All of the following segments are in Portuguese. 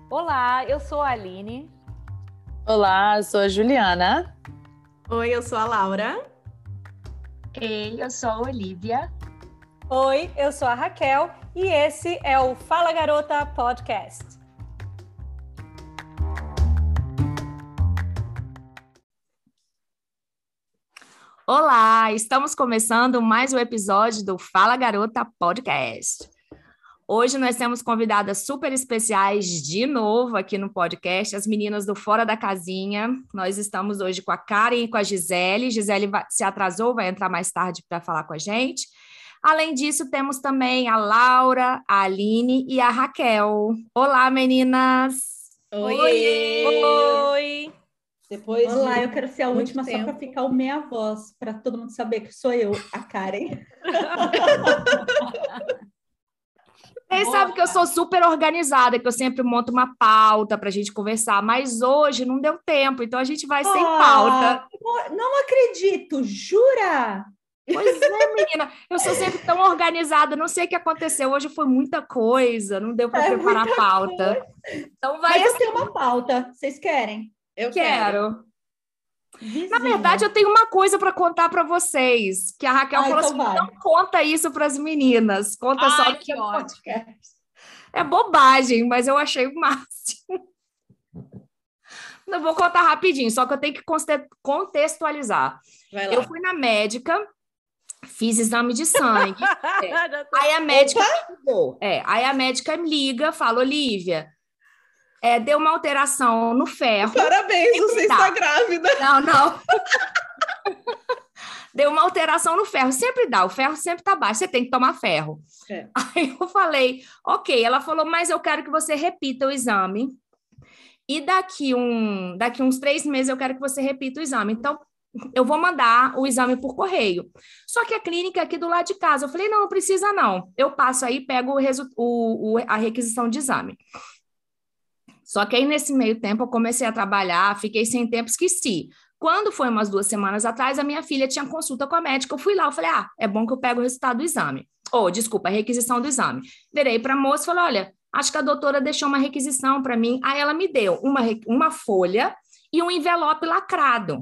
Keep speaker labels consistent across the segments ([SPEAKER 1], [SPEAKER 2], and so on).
[SPEAKER 1] Olá, eu sou a Aline.
[SPEAKER 2] Olá, eu sou a Juliana.
[SPEAKER 3] Oi, eu sou a Laura.
[SPEAKER 4] Ei, eu sou a Olivia.
[SPEAKER 5] Oi, eu sou a Raquel e esse é o Fala Garota Podcast.
[SPEAKER 4] Olá, estamos começando mais um episódio do Fala Garota Podcast. Hoje nós temos convidadas super especiais de novo aqui no podcast, as meninas do Fora da Casinha. Nós estamos hoje com a Karen e com a Gisele. Gisele se atrasou, vai entrar mais tarde para falar com a gente. Além disso, temos também a Laura, a Aline e a Raquel. Olá, meninas!
[SPEAKER 5] Oi!
[SPEAKER 3] Olá,
[SPEAKER 6] eu quero ser a última
[SPEAKER 3] tempo.
[SPEAKER 6] só para ficar o meia voz, para todo mundo saber que sou eu, a Karen.
[SPEAKER 4] Vocês sabem que eu sou super organizada, que eu sempre monto uma pauta para a gente conversar, mas hoje não deu tempo, então a gente vai sem pauta.
[SPEAKER 6] Não acredito, jura?
[SPEAKER 4] Pois é, menina, eu sou sempre tão organizada, não sei o que aconteceu, hoje foi muita coisa, não deu para preparar a pauta. Então vai.
[SPEAKER 6] Mas eu tenho uma pauta, vocês querem?
[SPEAKER 3] Eu
[SPEAKER 4] quero.
[SPEAKER 6] Vizinha.
[SPEAKER 4] Na verdade, eu tenho uma coisa para contar para vocês, que a Raquel falou
[SPEAKER 6] então
[SPEAKER 4] assim, não conta isso para as meninas, conta só
[SPEAKER 1] que ótimo.
[SPEAKER 4] É bobagem, mas eu achei o máximo. Não vou contar rapidinho, só que eu tenho que contextualizar.
[SPEAKER 3] Vai lá.
[SPEAKER 4] Eu fui na médica, fiz exame de sangue. Aí a médica me ligou. Aí a médica me liga, fala, Olivia, deu uma alteração no ferro.
[SPEAKER 3] Parabéns, você está grávida.
[SPEAKER 4] Não. Deu uma alteração no ferro. Sempre dá, o ferro sempre tá baixo, você tem que tomar ferro. Aí eu falei, ok. Ela falou, mas eu quero que você repita o exame. E daqui uns 3 meses eu quero que você repita o exame. Então, eu vou mandar o exame por correio. Só que a clínica é aqui do lado de casa. Eu falei, não precisa não. Eu passo aí e pego a requisição de exame. Só que aí, nesse meio tempo, eu comecei a trabalhar, fiquei sem tempo, esqueci. Quando foi umas 2 semanas atrás, a minha filha tinha consulta com a médica, eu fui lá, eu falei, é bom que eu pego o resultado do exame. Desculpa, a requisição do exame. Virei para a moça e falei, olha, acho que a doutora deixou uma requisição para mim. Aí ela me deu uma folha e um envelope lacrado.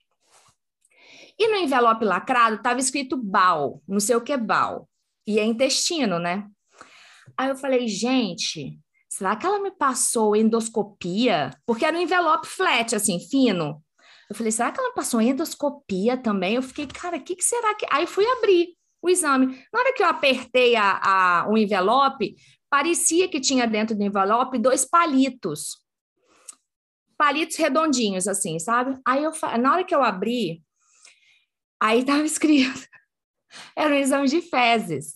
[SPEAKER 4] E no envelope lacrado estava escrito BAL, não sei o que é BAL. E é intestino, né? Aí eu falei, gente, será que ela me passou endoscopia? Porque era um envelope flat, assim, fino. Eu falei, será que ela passou endoscopia também? Eu fiquei, cara, o que será que... Aí fui abrir o exame. Na hora que eu apertei o envelope, parecia que tinha dentro do envelope 2 palitos. Palitos redondinhos, assim, sabe? Aí na hora que eu abri, aí estava escrito, era um exame de fezes.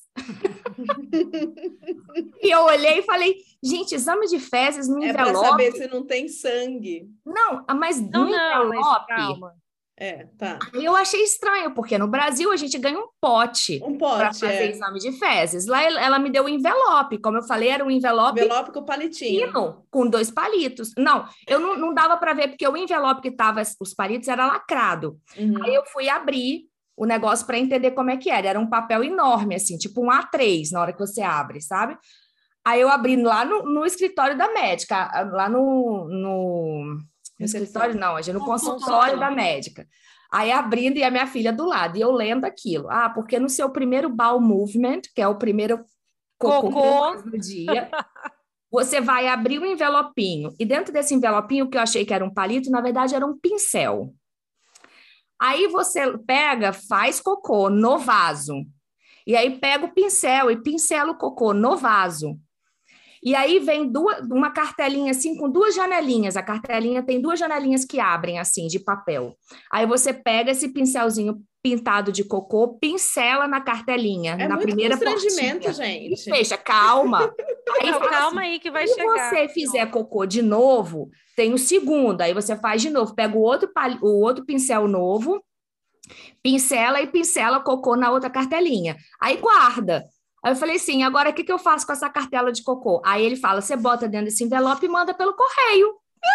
[SPEAKER 4] E eu olhei e falei, gente, exame de fezes no envelope...
[SPEAKER 3] É para saber se não tem sangue.
[SPEAKER 4] Não, mas no envelope...
[SPEAKER 5] Calma.
[SPEAKER 3] Tá.
[SPEAKER 4] Aí eu achei estranho, porque no Brasil a gente ganha um pote para fazer exame de fezes. Lá ela me deu um envelope, como eu falei, era um envelope
[SPEAKER 3] com palitinho.
[SPEAKER 4] fino, com 2 palitos. Não, eu não dava para ver, porque o envelope que tava os palitos era lacrado.
[SPEAKER 3] Uhum.
[SPEAKER 4] Aí eu fui abrir o negócio para entender como é que era. Era um papel enorme, assim, tipo um A3 na hora que você abre, sabe? Aí eu abri lá no escritório da médica, lá no escritório, não, no consultório da médica. Aí abrindo e a minha filha do lado, e eu lendo aquilo. Porque no seu primeiro bowel movement, que é o primeiro cocô do dia, você vai abrir um envelopinho. E dentro desse envelopinho, que eu achei que era um palito, na verdade era um pincel. Aí você pega, faz cocô no vaso. E aí pega o pincel e pincela o cocô no vaso. E aí vem uma cartelinha assim com 2 janelinhas. A cartelinha tem 2 janelinhas que abrem assim de papel. Aí você pega esse pincelzinho pintado de cocô, pincela na cartelinha, na primeira portinha.
[SPEAKER 3] Gente.
[SPEAKER 4] E fecha, calma.
[SPEAKER 5] Aí calma aí que vai chegar.
[SPEAKER 4] Se você fizer cocô de novo, tem o segundo. Aí você faz de novo, pega o outro pincel novo, pincela e pincela cocô na outra cartelinha. Aí guarda. Aí eu falei assim, agora o que eu faço com essa cartela de cocô? Aí ele fala, você bota dentro desse envelope e manda pelo correio.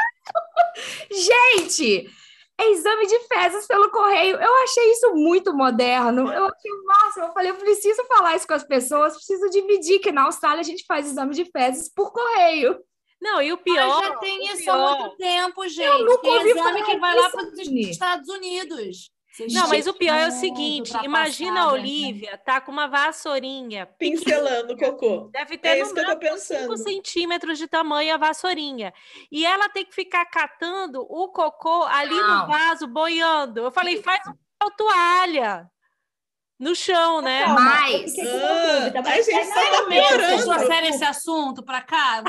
[SPEAKER 4] Gente, é exame de fezes pelo correio. Eu achei isso muito moderno. Eu achei o máximo. Eu falei, eu preciso falar isso com as pessoas, preciso dividir que na Austrália a gente faz exame de fezes por correio.
[SPEAKER 1] Não, e o
[SPEAKER 7] Mas
[SPEAKER 1] pior...
[SPEAKER 7] já tem
[SPEAKER 1] o
[SPEAKER 7] isso há
[SPEAKER 1] pior-
[SPEAKER 7] muito tempo, gente.
[SPEAKER 4] Eu nunca
[SPEAKER 7] Tem
[SPEAKER 4] ouvi
[SPEAKER 7] exame
[SPEAKER 4] falar
[SPEAKER 7] que vai lá
[SPEAKER 4] disso,
[SPEAKER 7] para os
[SPEAKER 4] Aline.
[SPEAKER 7] Estados Unidos. Vocês
[SPEAKER 1] Não, mas o
[SPEAKER 7] estão
[SPEAKER 1] pior é o
[SPEAKER 7] muito
[SPEAKER 1] seguinte, imagina a
[SPEAKER 7] ultrapassadas, né?
[SPEAKER 1] Olivia, tá com uma vassourinha
[SPEAKER 3] Pincelando o cocô.
[SPEAKER 1] deve ter
[SPEAKER 3] É
[SPEAKER 1] no
[SPEAKER 3] isso que eu tô
[SPEAKER 1] máximo 5
[SPEAKER 3] pensando.
[SPEAKER 1] centímetros de tamanho a vassourinha. E ela tem que ficar catando o cocô ali no
[SPEAKER 4] Não.
[SPEAKER 1] vaso, boiando. Eu falei, faz uma toalha no chão, né?
[SPEAKER 6] Calma,
[SPEAKER 4] Mas-
[SPEAKER 6] eu fiquei com uma dúvida.
[SPEAKER 3] a
[SPEAKER 6] Mas
[SPEAKER 3] gente
[SPEAKER 6] é
[SPEAKER 3] só
[SPEAKER 6] nada
[SPEAKER 3] tá
[SPEAKER 6] a ver
[SPEAKER 7] Mesmo,
[SPEAKER 6] com
[SPEAKER 7] vocês
[SPEAKER 3] piorando.
[SPEAKER 7] trouxeram esse assunto para cá?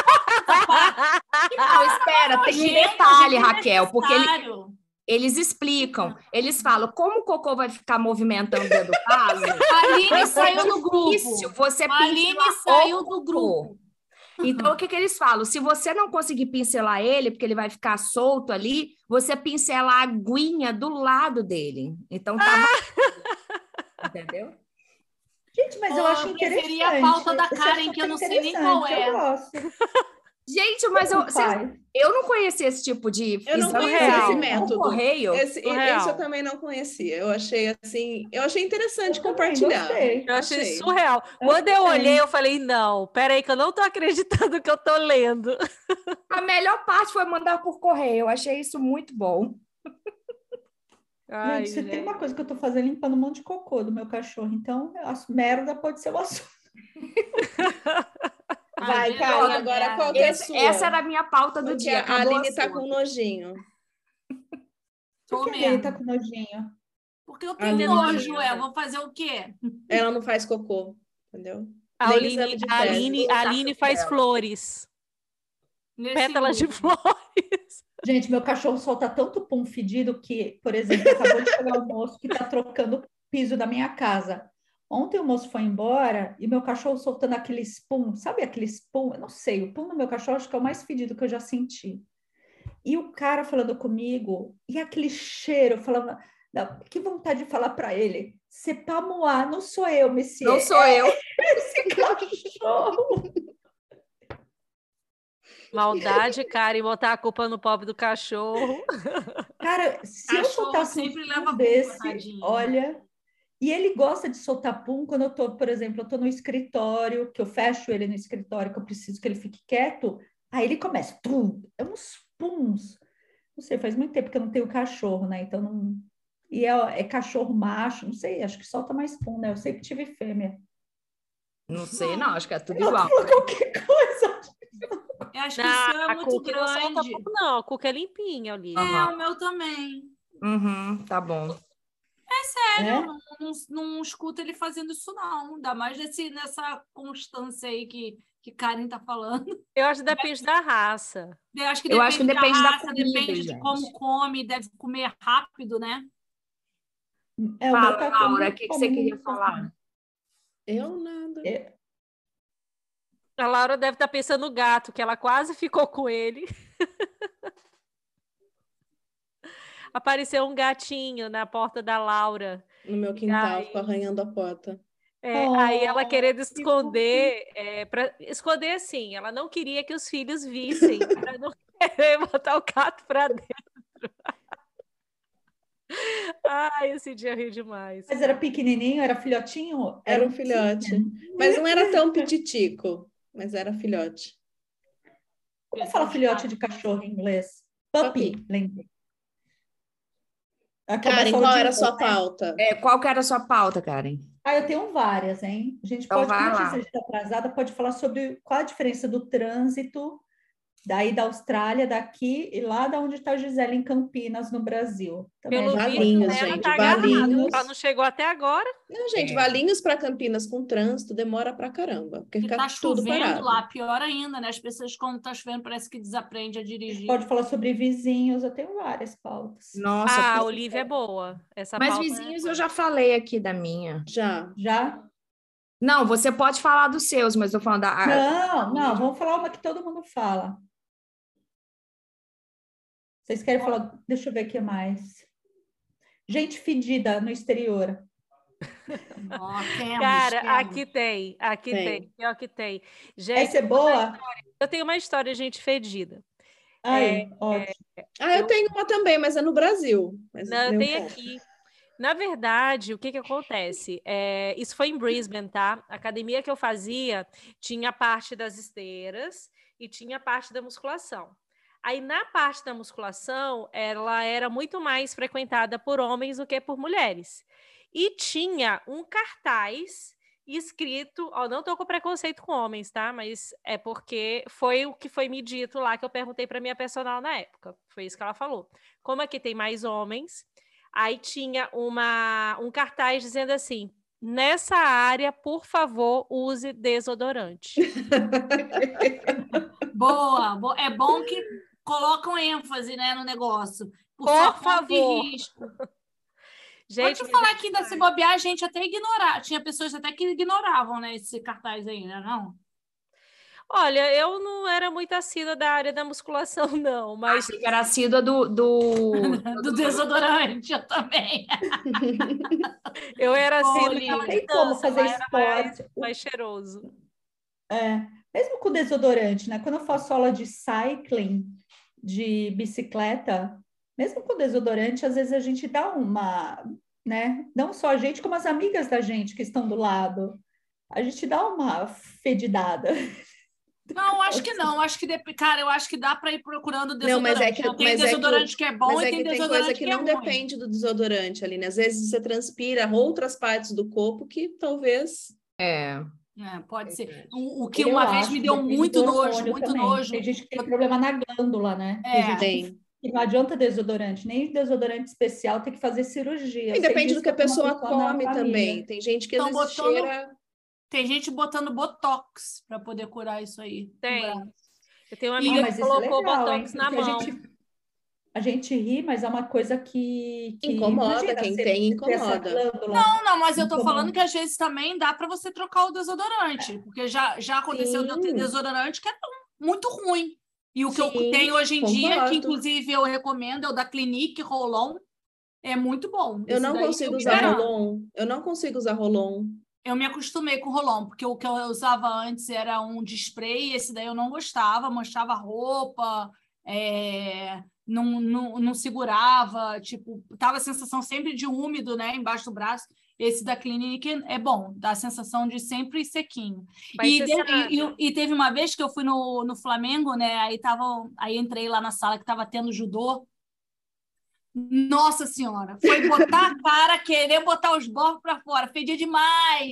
[SPEAKER 4] Não, espera, tem um
[SPEAKER 7] Gente,
[SPEAKER 4] detalhe,
[SPEAKER 7] é
[SPEAKER 4] Raquel, porque
[SPEAKER 7] desnecessário.
[SPEAKER 4] eles explicam. Eles falam como o cocô vai ficar movimentando dentro do vaso.
[SPEAKER 7] A Aline saiu do grupo.
[SPEAKER 4] Difícil você
[SPEAKER 7] A Aline
[SPEAKER 4] pincelar
[SPEAKER 7] saiu
[SPEAKER 4] o
[SPEAKER 7] do
[SPEAKER 4] cocô.
[SPEAKER 7] grupo.
[SPEAKER 4] Então, o que eles falam? Se você não conseguir pincelar ele, porque ele vai ficar solto ali, você pincela a aguinha do lado dele. Então, tá... Entendeu?
[SPEAKER 6] Gente, mas eu acho
[SPEAKER 7] Eu
[SPEAKER 6] interessante.
[SPEAKER 7] preferia a pauta da
[SPEAKER 6] Esse
[SPEAKER 7] Karen,
[SPEAKER 6] assunto
[SPEAKER 7] que eu
[SPEAKER 6] é
[SPEAKER 7] não sei nem qual
[SPEAKER 6] interessante,
[SPEAKER 7] é.
[SPEAKER 6] Eu gosto.
[SPEAKER 4] Gente, mas
[SPEAKER 6] Como faz?
[SPEAKER 4] eu não conhecia esse tipo de
[SPEAKER 3] Eu não
[SPEAKER 4] exame
[SPEAKER 3] conhecia
[SPEAKER 1] real.
[SPEAKER 3] esse
[SPEAKER 4] no
[SPEAKER 3] método.
[SPEAKER 4] correio.
[SPEAKER 3] Esse
[SPEAKER 1] Surreal.
[SPEAKER 3] eu também não conhecia. Eu achei assim, eu achei interessante
[SPEAKER 6] Eu também
[SPEAKER 3] compartilhar.
[SPEAKER 6] gostei.
[SPEAKER 1] Eu achei surreal.
[SPEAKER 6] Eu
[SPEAKER 1] Quando eu
[SPEAKER 6] também.
[SPEAKER 1] olhei, eu falei, não, peraí que eu não tô acreditando que eu tô lendo.
[SPEAKER 4] A melhor parte foi mandar por correio. Eu achei isso muito bom.
[SPEAKER 1] Ai,
[SPEAKER 6] Gente, se tem
[SPEAKER 1] gente.
[SPEAKER 6] uma coisa que eu tô fazendo, limpando um monte de cocô do meu cachorro. Então, a merda pode ser o assunto.
[SPEAKER 3] Vai,
[SPEAKER 7] gente,
[SPEAKER 3] Karen,
[SPEAKER 7] olha,
[SPEAKER 3] agora qual que é a sua?
[SPEAKER 4] Essa era a minha pauta do
[SPEAKER 3] Porque
[SPEAKER 4] dia.
[SPEAKER 3] a
[SPEAKER 4] Acabou
[SPEAKER 3] Aline tá
[SPEAKER 4] sua.
[SPEAKER 3] com nojinho.
[SPEAKER 7] Tô
[SPEAKER 6] Por que ele
[SPEAKER 7] mesmo.
[SPEAKER 6] tá com nojinho?
[SPEAKER 7] Porque eu tenho
[SPEAKER 3] Aline,
[SPEAKER 7] nojo,
[SPEAKER 1] né?
[SPEAKER 7] vou fazer o quê?
[SPEAKER 3] Ela não faz cocô, entendeu?
[SPEAKER 1] A
[SPEAKER 3] Nem
[SPEAKER 1] Aline,
[SPEAKER 3] exame de
[SPEAKER 1] a
[SPEAKER 3] fezes.
[SPEAKER 1] Aline, a Aline faz
[SPEAKER 4] dela.
[SPEAKER 1] flores.
[SPEAKER 7] Nesse
[SPEAKER 1] Pétalas de
[SPEAKER 7] grupo.
[SPEAKER 1] flores.
[SPEAKER 6] Gente, meu cachorro solta tanto pum fedido que, por exemplo, acabou de chegar o moço que tá trocando o piso da minha casa. Ontem o moço foi embora e meu cachorro soltando aquele pum, sabe aquele pum? Eu não sei, o pum do meu cachorro acho que é o mais fedido que eu já senti. E o cara falando comigo, e aquele cheiro, eu falava, não, que vontade de falar para ele, c'est pas moi, não sou eu, monsieur.
[SPEAKER 4] Não sou eu.
[SPEAKER 6] Esse cachorro.
[SPEAKER 1] Maldade, cara, e botar a culpa no pobre do cachorro.
[SPEAKER 6] Cara, se eu
[SPEAKER 7] Cachorro
[SPEAKER 6] soltasse
[SPEAKER 7] sempre
[SPEAKER 6] um
[SPEAKER 7] leva
[SPEAKER 6] pum
[SPEAKER 7] pum,
[SPEAKER 6] desse,
[SPEAKER 7] tadinho.
[SPEAKER 6] olha... E ele gosta de soltar pum quando eu tô, por exemplo, eu tô no escritório, que eu fecho ele no escritório, que eu preciso que ele fique quieto, aí ele começa, pum, é uns puns. Não sei, faz muito tempo que eu não tenho cachorro, né? Então não... E é cachorro macho, não sei, acho que solta mais pum, né? Eu sempre tive fêmea.
[SPEAKER 4] Não sei, não. Acho que é tudo
[SPEAKER 6] Não,
[SPEAKER 4] igual.
[SPEAKER 6] qualquer coisa.
[SPEAKER 7] Eu acho que o seu é
[SPEAKER 1] a
[SPEAKER 7] muito
[SPEAKER 1] Cookie não solta
[SPEAKER 7] grande.
[SPEAKER 1] pouco, não. A Cookie é limpinha, Olivia.
[SPEAKER 7] É, o meu também.
[SPEAKER 4] Uhum, tá bom.
[SPEAKER 7] Sério,
[SPEAKER 6] É?
[SPEAKER 7] eu não escuto ele fazendo isso, não. Ainda mais nessa constância aí que Karen tá falando.
[SPEAKER 1] Eu acho que depende da raça.
[SPEAKER 7] Eu acho que
[SPEAKER 4] Eu acho que depende da
[SPEAKER 7] raça,
[SPEAKER 4] comida,
[SPEAKER 7] depende de
[SPEAKER 4] gente.
[SPEAKER 7] como come, deve comer rápido, né?
[SPEAKER 6] É, o
[SPEAKER 4] Fala,
[SPEAKER 6] meu cachorro
[SPEAKER 4] Laura,
[SPEAKER 6] não
[SPEAKER 4] o que
[SPEAKER 6] come
[SPEAKER 4] você queria
[SPEAKER 6] muito.
[SPEAKER 4] falar?
[SPEAKER 3] Eu nada.
[SPEAKER 6] É,
[SPEAKER 1] A Laura deve estar pensando no gato, que ela quase ficou com ele. Apareceu um gatinho na porta da Laura.
[SPEAKER 3] No meu quintal,
[SPEAKER 1] Ai.
[SPEAKER 3] ficou arranhando a porta.
[SPEAKER 1] Aí ela querendo
[SPEAKER 6] que
[SPEAKER 1] esconder, para esconder assim, ela não queria que os filhos vissem, para não querer botar o gato para dentro. Ai, esse dia eu ri demais.
[SPEAKER 6] Mas era pequenininho, era filhotinho?
[SPEAKER 3] Era um filhote. Mas não era tão pititico, mas era filhote.
[SPEAKER 6] Como fala filhote de cachorro em inglês? Puppy, lembrei.
[SPEAKER 3] Karen, qual era a sua pauta?
[SPEAKER 4] Qual que era a sua pauta, Karen?
[SPEAKER 6] Eu tenho várias, hein? A gente
[SPEAKER 4] Então
[SPEAKER 6] pode,
[SPEAKER 4] vai
[SPEAKER 6] como
[SPEAKER 4] lá.
[SPEAKER 6] a gente está atrasada, pode falar sobre qual a diferença do trânsito daí da Austrália, daqui e lá da onde está a Gisele, em Campinas, no Brasil. Também
[SPEAKER 1] Pelo
[SPEAKER 6] a gente
[SPEAKER 3] Valinhos,
[SPEAKER 1] visto, ela
[SPEAKER 3] gente,
[SPEAKER 1] tá agarrada.
[SPEAKER 3] Valinhos.
[SPEAKER 1] Ela não chegou até agora.
[SPEAKER 3] Não, gente, Valinhos para Campinas com trânsito demora pra caramba. Porque
[SPEAKER 7] E
[SPEAKER 3] fica
[SPEAKER 7] tá
[SPEAKER 3] tudo
[SPEAKER 7] chovendo
[SPEAKER 3] parado.
[SPEAKER 7] lá, pior ainda, né? As pessoas, quando tá chovendo, parece que desaprende a dirigir.
[SPEAKER 6] pode falar sobre vizinhos, eu tenho várias pautas.
[SPEAKER 4] Nossa,
[SPEAKER 1] A
[SPEAKER 4] porque-
[SPEAKER 1] Olivia é boa. Essa
[SPEAKER 4] mas
[SPEAKER 1] pauta
[SPEAKER 4] vizinhos
[SPEAKER 1] é
[SPEAKER 4] eu já falei aqui da minha.
[SPEAKER 3] Já.
[SPEAKER 6] Já?
[SPEAKER 4] Não, você pode falar dos seus, mas eu tô falando da...
[SPEAKER 6] Não, vamos falar uma que todo mundo fala. Vocês querem falar? Deixa eu ver o que mais. Gente fedida no exterior.
[SPEAKER 7] Ó, temos,
[SPEAKER 1] Cara,
[SPEAKER 7] temos.
[SPEAKER 1] aqui
[SPEAKER 3] Tem.
[SPEAKER 1] tem, pior que tem. Gente,
[SPEAKER 6] Essa é boa?
[SPEAKER 1] eu tenho uma história de gente fedida.
[SPEAKER 6] Aí, ótimo.
[SPEAKER 3] Eu tenho uma também, mas é no Brasil. Mas
[SPEAKER 1] Não,
[SPEAKER 3] nem um
[SPEAKER 1] tem
[SPEAKER 3] pouco.
[SPEAKER 1] aqui. Na verdade, o que acontece? Isso foi em Brisbane, tá? A academia que eu fazia tinha a parte das esteiras e tinha a parte da musculação. Aí, na parte da musculação, ela era muito mais frequentada por homens do que por mulheres. E tinha um cartaz escrito, não estou com preconceito com homens, tá? Mas é porque foi o que foi me dito lá, que eu perguntei para minha personal na época. Foi isso que ela falou. Como aqui tem mais homens, aí tinha um cartaz dizendo assim, nessa área, por favor, use desodorante.
[SPEAKER 7] Boa. É bom que colocam ênfase, né, no negócio.
[SPEAKER 1] Por favor.
[SPEAKER 7] Risco.
[SPEAKER 1] Gente,
[SPEAKER 7] pode falar que ainda se bobear, a gente até ignorar. Tinha pessoas até que ignoravam, né, esse cartaz aí, né, não?
[SPEAKER 1] Olha, eu não era muito assídua da área da musculação, não, mas...
[SPEAKER 4] Achei que era assídua do
[SPEAKER 7] desodorante, eu também.
[SPEAKER 1] Eu era assídua
[SPEAKER 6] não tem como fazer esporte.
[SPEAKER 1] mais cheiroso.
[SPEAKER 6] Mesmo com desodorante, né? Quando eu faço aula de cycling, de bicicleta, mesmo com desodorante, às vezes a gente dá uma, né? Não só a gente, como as amigas da gente que estão do lado. A gente dá uma fedidada.
[SPEAKER 7] Não, acho que não. Cara, eu acho que dá para ir procurando desodorante.
[SPEAKER 3] Não,
[SPEAKER 7] tem desodorante que é bom
[SPEAKER 3] mas
[SPEAKER 7] e tem
[SPEAKER 3] tem
[SPEAKER 7] desodorante
[SPEAKER 3] coisa que não
[SPEAKER 7] é ruim.
[SPEAKER 3] depende do desodorante, Aline. Às vezes você transpira outras partes do corpo que talvez...
[SPEAKER 7] Pode ser.
[SPEAKER 6] Eu
[SPEAKER 7] O que uma vez me deu muito nojo, muito
[SPEAKER 6] também.
[SPEAKER 7] nojo.
[SPEAKER 6] Tem gente que tem problema na glândula, né? Tem gente que não adianta desodorante, nem desodorante especial, tem que fazer cirurgia.
[SPEAKER 3] E depende do que a pessoa come também. Tem gente que às vezes cheira...
[SPEAKER 7] Tem gente botando botox para poder curar isso aí.
[SPEAKER 1] Tem. Eu tenho uma amiga que colocou botox na mão.
[SPEAKER 6] A gente ri, mas é uma coisa que
[SPEAKER 3] incomoda, quem tem incomoda.
[SPEAKER 7] Não, mas eu tô falando que às vezes também dá para você trocar o desodorante, porque já aconteceu de eu ter desodorante que é muito ruim. E o que eu tenho hoje em dia, que inclusive eu recomendo, é o da Clinique Roll-On, é muito bom.
[SPEAKER 3] Eu não consigo usar Roll-On. Eu não consigo usar Roll-On.
[SPEAKER 7] Eu me acostumei com o Roll-On, porque o que eu usava antes era um de spray, esse daí eu não gostava, manchava roupa, não segurava, tipo, tava a sensação sempre de úmido, né, embaixo do braço. Esse da Clinique é bom, dá a sensação de sempre sequinho. E teve uma vez que eu fui no Flamengo, né, aí entrei lá na sala que tava tendo judô. Nossa Senhora, foi botar a cara, querer botar os borros para fora, fedia demais.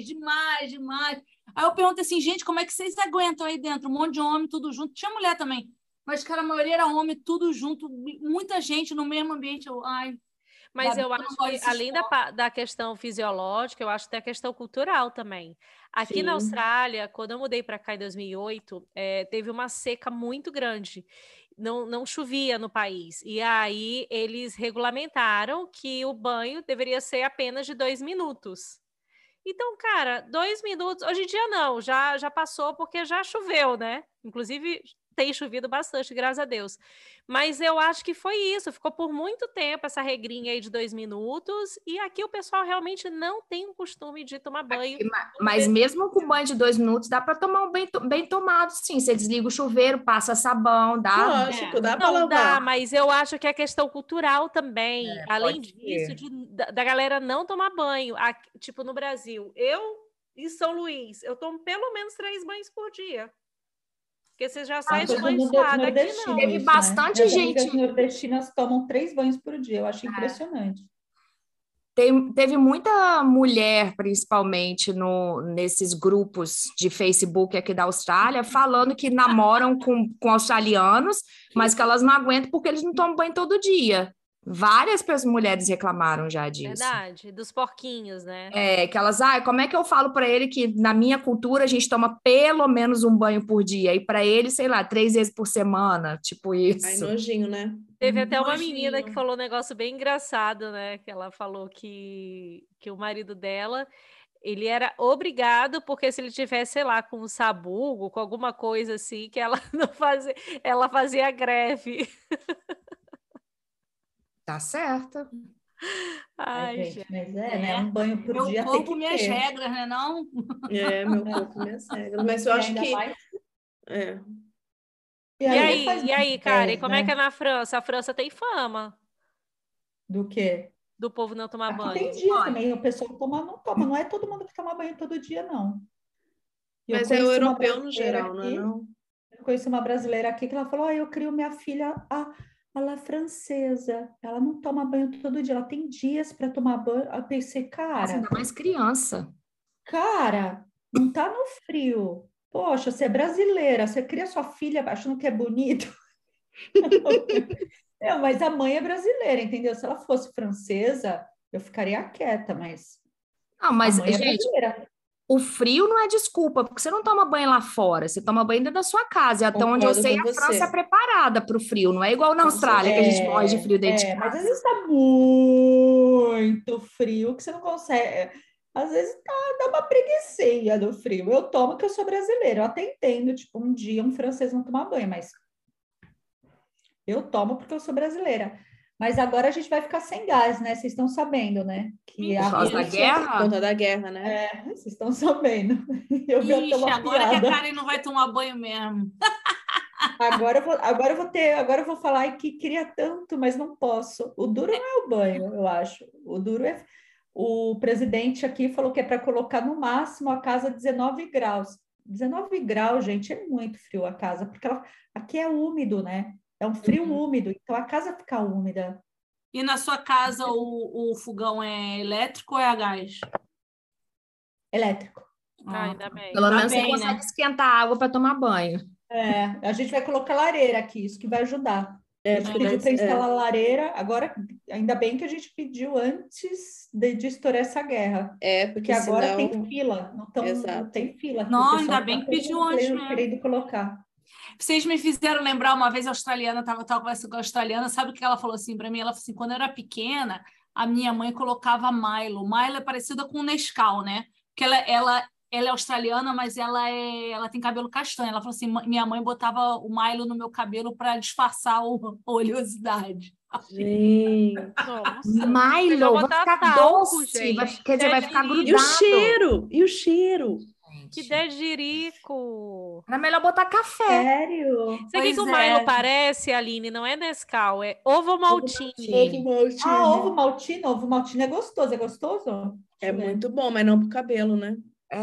[SPEAKER 7] Aí eu perguntei assim, gente, como é que vocês aguentam aí dentro? Um monte de homem, tudo junto. Tinha mulher também, mas, cara, a maioria era homem, tudo junto, muita gente no mesmo ambiente.
[SPEAKER 1] Mas eu acho que, além da questão fisiológica, eu acho que tem a questão cultural também. Aqui na Austrália, quando eu mudei para cá em 2008, teve uma seca muito grande. Não chovia no país. E aí eles regulamentaram que o banho deveria ser apenas de 2 minutos. Então, cara, 2 minutos... Hoje em dia não, já passou porque já choveu, né? Inclusive... tem chovido bastante, graças a Deus. Mas eu acho que foi isso. Ficou por muito tempo essa regrinha aí de 2 minutos. E aqui o pessoal realmente não tem o costume de tomar banho.
[SPEAKER 4] Mas mesmo com banho de 2 minutos, dá para tomar um bem tomado, sim. Você desliga o chuveiro, passa sabão, dá.
[SPEAKER 3] Lógico, dá para lavar.
[SPEAKER 1] Não dá, mas eu acho que é questão cultural também. Além disso, da galera não tomar banho. Aqui, tipo, no Brasil, eu em São Luís, eu tomo pelo menos 3 banhos por dia. Porque você já sai de banho suado. Aqui não.
[SPEAKER 4] Teve bastante gente.
[SPEAKER 6] As nordestinas tomam 3 banhos por dia. Eu acho impressionante.
[SPEAKER 4] Teve muita mulher, principalmente, nesses grupos de Facebook aqui da Austrália, falando que namoram com australianos, mas que elas não aguentam porque eles não tomam banho todo dia. Várias mulheres reclamaram já disso.
[SPEAKER 1] Verdade, dos porquinhos, né?
[SPEAKER 4] Que elas, como é que eu falo para ele que na minha cultura a gente toma pelo menos um banho por dia, e para ele, sei lá, 3 vezes por semana, tipo isso.
[SPEAKER 3] Ai, nojinho, né?
[SPEAKER 1] Teve até uma menina que falou um negócio bem engraçado, né? Que ela falou que o marido dela, ele era obrigado, porque se ele tivesse, sei lá, com um sabugo, com alguma coisa assim, que ela não fazia, ela fazia greve.
[SPEAKER 4] Tá certo.
[SPEAKER 1] Ai,
[SPEAKER 6] gente, mas né? Um banho por dia
[SPEAKER 7] meu corpo, minhas regras, né, não?
[SPEAKER 3] Meu corpo, minhas regras. Mas eu acho que...
[SPEAKER 1] E aí, Karen, como é que é na França? A França tem fama.
[SPEAKER 6] Do quê?
[SPEAKER 1] do povo não tomar
[SPEAKER 6] Aqui
[SPEAKER 1] banho?
[SPEAKER 6] tem dia também, o pessoal não toma, não é todo mundo que toma banho todo dia, não.
[SPEAKER 3] Mas é o europeu no geral, não é não?
[SPEAKER 6] Eu conheci uma brasileira aqui que ela falou, eu crio minha filha, ela é francesa, ela não toma banho todo dia, ela tem dias para tomar banho. Eu pensei, cara...
[SPEAKER 4] Ainda mais criança.
[SPEAKER 6] Cara, não tá no frio. Poxa, você é brasileira, você cria sua filha achando que é bonito. Mas a mãe é brasileira, entendeu? Se ela fosse francesa, eu ficaria quieta, mas...
[SPEAKER 4] Não, mas,
[SPEAKER 6] a mãe é
[SPEAKER 4] gente,
[SPEAKER 6] brasileira.
[SPEAKER 4] o frio não é desculpa, porque você não toma banho lá fora, você toma banho dentro da sua casa. E até onde eu sei, a França é preparada para o frio, não é igual na Austrália, que a gente morre de frio dentro de casa.
[SPEAKER 6] Mas às vezes tá muito frio que você não consegue... Às vezes dá uma preguicinha do frio. Eu tomo que eu sou brasileira. Eu até entendo, tipo, um dia um francês não tomar banho, mas eu tomo porque eu sou brasileira. Mas agora a gente vai ficar sem gás, né? Vocês estão sabendo, né? Que
[SPEAKER 4] Por causa da guerra?
[SPEAKER 3] Por conta da guerra, né?
[SPEAKER 6] Vocês estão sabendo. Eu vi até uma
[SPEAKER 7] agora
[SPEAKER 6] piada.
[SPEAKER 7] que a Karen não vai tomar banho mesmo.
[SPEAKER 6] Agora eu vou falar que queria tanto, mas não posso. O duro não é o banho, eu acho. O duro é... O presidente aqui falou que é para colocar no máximo a casa 19 graus. 19 graus, gente, é muito frio a casa, porque aqui é úmido, né? É um frio úmido, então a casa fica úmida.
[SPEAKER 7] E na sua casa o fogão é elétrico ou é a gás?
[SPEAKER 6] Elétrico.
[SPEAKER 1] Ainda bem.
[SPEAKER 4] Pelo menos você
[SPEAKER 7] bem,
[SPEAKER 4] consegue
[SPEAKER 7] né?
[SPEAKER 4] esquentar a água para tomar banho.
[SPEAKER 6] A gente vai colocar lareira aqui, isso que vai ajudar. A gente pediu para instalar lareira, agora, ainda bem que a gente pediu antes de estourar essa guerra. Porque agora
[SPEAKER 3] senão...
[SPEAKER 6] tem fila, não tem fila.
[SPEAKER 7] Não, ainda bem que pediu antes mesmo.
[SPEAKER 6] Querendo colocar.
[SPEAKER 7] Vocês me fizeram lembrar uma vez a australiana, estava conversando com a australiana, sabe o que ela falou assim para mim? Ela falou assim, quando eu era pequena, a minha mãe colocava Milo. Milo é parecida com o Nescau, né? Porque ela é australiana, mas ela tem cabelo castanho. Ela falou assim, minha mãe botava o Milo no meu cabelo para disfarçar a oleosidade.
[SPEAKER 3] Gente,
[SPEAKER 4] Milo, vai ficar doce, quer dizer, vai ficar grudado.
[SPEAKER 3] E o cheiro?
[SPEAKER 1] Que dejerico!
[SPEAKER 4] Era melhor botar café.
[SPEAKER 6] Sério?
[SPEAKER 1] Sabe o que o Milo parece, Aline? Não é Nescau, é ovo maltine.
[SPEAKER 6] Ovo maltine. Ovo maltine é gostoso. É gostoso?
[SPEAKER 3] É muito bom, mas não pro cabelo, né?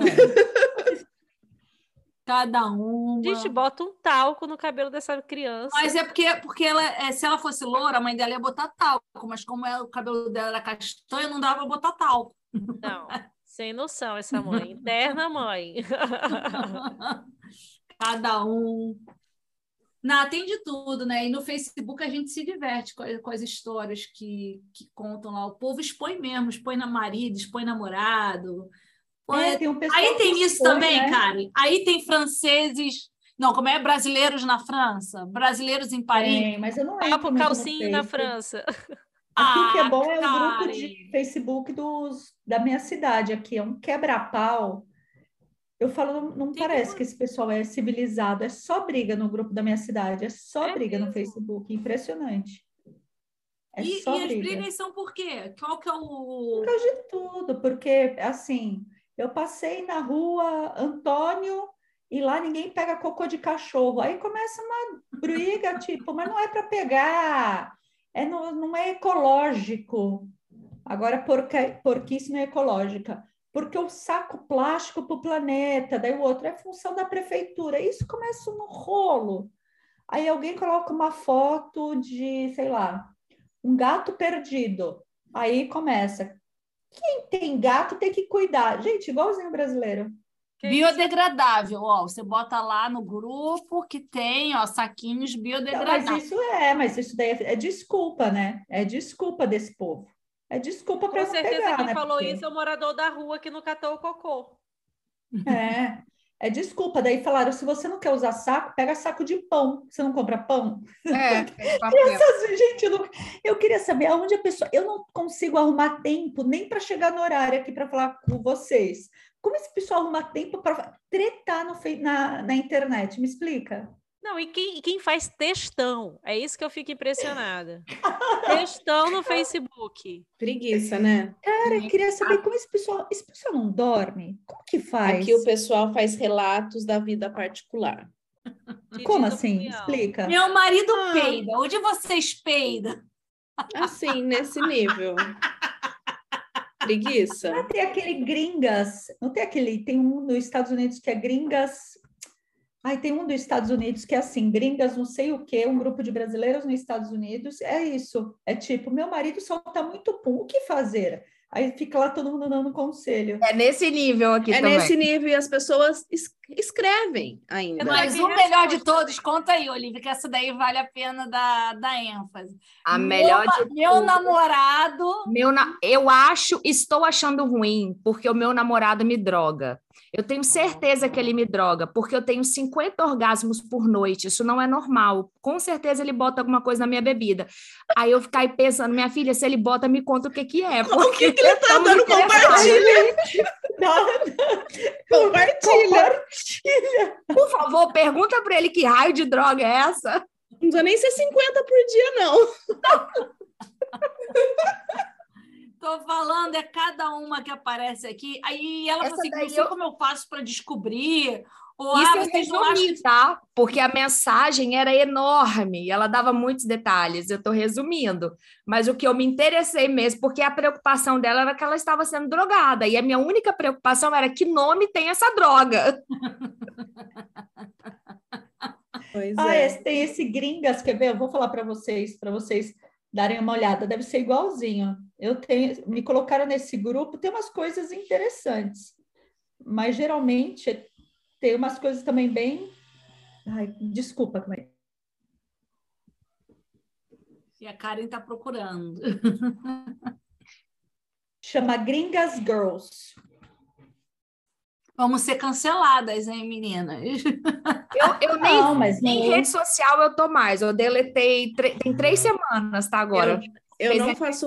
[SPEAKER 7] Cada uma.
[SPEAKER 1] Gente, bota um talco no cabelo dessa criança.
[SPEAKER 7] Mas é porque ela, se ela fosse loura, a mãe dela ia botar talco. Mas como o cabelo dela era castanho, não dava pra botar talco.
[SPEAKER 1] Não, sem noção essa mãe. Interna mãe.
[SPEAKER 7] Cada um. Não, tem de tudo, né? E no Facebook a gente se diverte com as histórias que contam lá. O povo expõe mesmo, expõe na marido, expõe namorado.
[SPEAKER 6] Tem um pessoal
[SPEAKER 7] aí tem isso
[SPEAKER 6] expõe,
[SPEAKER 7] também,
[SPEAKER 6] né?
[SPEAKER 7] Karen. Aí tem franceses... Não, como é? Brasileiros na França? Brasileiros em Paris?
[SPEAKER 6] Mas eu não
[SPEAKER 1] Vai
[SPEAKER 6] entro
[SPEAKER 1] pro
[SPEAKER 6] muito no
[SPEAKER 1] calcinho na
[SPEAKER 6] Face.
[SPEAKER 1] França.
[SPEAKER 6] Aqui o que é bom é o
[SPEAKER 7] Karen.
[SPEAKER 6] grupo de Facebook da minha cidade. Aqui é um quebra-pau. Eu falo, não parece que esse pessoal é civilizado. É só briga no grupo da minha cidade. É só briga no Facebook. Impressionante.
[SPEAKER 7] E
[SPEAKER 6] só
[SPEAKER 7] as
[SPEAKER 6] briga.
[SPEAKER 7] brigas são por quê? Qual que é o...
[SPEAKER 6] Por causa de tudo. Porque, assim, eu passei na rua Antônio e lá ninguém pega cocô de cachorro. Aí começa uma briga, tipo, mas não é para pegar. Não é ecológico. Agora, porquice não é ecológica. Porque o saco plástico para o planeta, daí o outro é função da prefeitura. Isso começa no rolo. Aí alguém coloca uma foto de, sei lá, um gato perdido. Aí começa. Quem tem gato tem que cuidar. Gente, igualzinho brasileiro.
[SPEAKER 7] Biodegradável, ó. Você bota lá no grupo que tem, ó, saquinhos biodegradáveis.
[SPEAKER 6] Mas isso daí é desculpa, né? É desculpa desse povo. É desculpa para não pegar,
[SPEAKER 1] Com certeza quem
[SPEAKER 6] né?
[SPEAKER 1] falou isso é o morador da rua que não catou o cocô.
[SPEAKER 6] É desculpa. Daí falaram, se você não quer usar saco, pega saco de pão. Você não compra pão? Gente, eu queria saber aonde a pessoa... Eu não consigo arrumar tempo nem para chegar no horário aqui para falar com vocês. Como esse pessoal arruma tempo para tretar na internet? Me explica.
[SPEAKER 1] Não, e quem faz textão? É isso que eu fico impressionada. Textão no Facebook.
[SPEAKER 3] Preguiça, né?
[SPEAKER 6] Cara, eu queria saber como esse pessoal não dorme. Como que faz?
[SPEAKER 3] Aqui o pessoal faz relatos da vida particular.
[SPEAKER 6] Como assim? Explica.
[SPEAKER 7] Meu marido peida. Onde vocês peidam?
[SPEAKER 3] Assim, nesse nível. Preguiça.
[SPEAKER 6] Ah, tem aquele Gringas, não tem aquele, tem um nos Estados Unidos que é Gringas. Ai, tem um dos Estados Unidos que é assim, Gringas não sei o quê, um grupo de brasileiros nos Estados Unidos, é isso. É tipo, meu marido solta muito pum, o que fazer? Aí fica lá todo mundo dando conselho.
[SPEAKER 4] É nesse nível aqui também.
[SPEAKER 3] É nesse nível e as pessoas escrevem ainda.
[SPEAKER 7] Mas o melhor de todos, conta aí, Olivia, que essa daí vale a pena dar ênfase.
[SPEAKER 4] A melhor de
[SPEAKER 7] Meu namorado...
[SPEAKER 4] Estou achando ruim, porque o meu namorado me droga. Eu tenho certeza que ele me droga, porque eu tenho 50 orgasmos por noite. Isso não é normal. Com certeza ele bota alguma coisa na minha bebida. Aí eu fiquei pensando, minha filha, se ele bota, me conta o que é.
[SPEAKER 3] O que ele tá dando? Compartilha. Compartilha.
[SPEAKER 4] Por favor, pergunta para ele que raio de droga é essa.
[SPEAKER 3] Não precisa nem ser 50 por dia, não.
[SPEAKER 7] Tô falando, é cada uma que aparece aqui. Aí ela falou assim, não sei como eu faço para descobrir. Ou,
[SPEAKER 4] isso
[SPEAKER 7] vocês
[SPEAKER 4] eu resumi, tá? Porque a mensagem era enorme, ela dava muitos detalhes, eu tô resumindo. Mas o que eu me interessei mesmo, porque a preocupação dela era que ela estava sendo drogada, e a minha única preocupação era que nome tem essa droga.
[SPEAKER 6] Pois é. Tem esse Gringas, quer ver? Eu vou falar para vocês darem uma olhada, deve ser igualzinho. Me colocaram nesse grupo, tem umas coisas interessantes, mas geralmente tem umas coisas também bem... Ai, desculpa, Camille.
[SPEAKER 7] E a Karen está procurando.
[SPEAKER 6] Chama Gringas Girls.
[SPEAKER 7] Vamos ser canceladas, hein, meninas?
[SPEAKER 4] Nem rede social eu tô mais. Eu deletei, tem 3 semanas, tá, agora.
[SPEAKER 3] Eu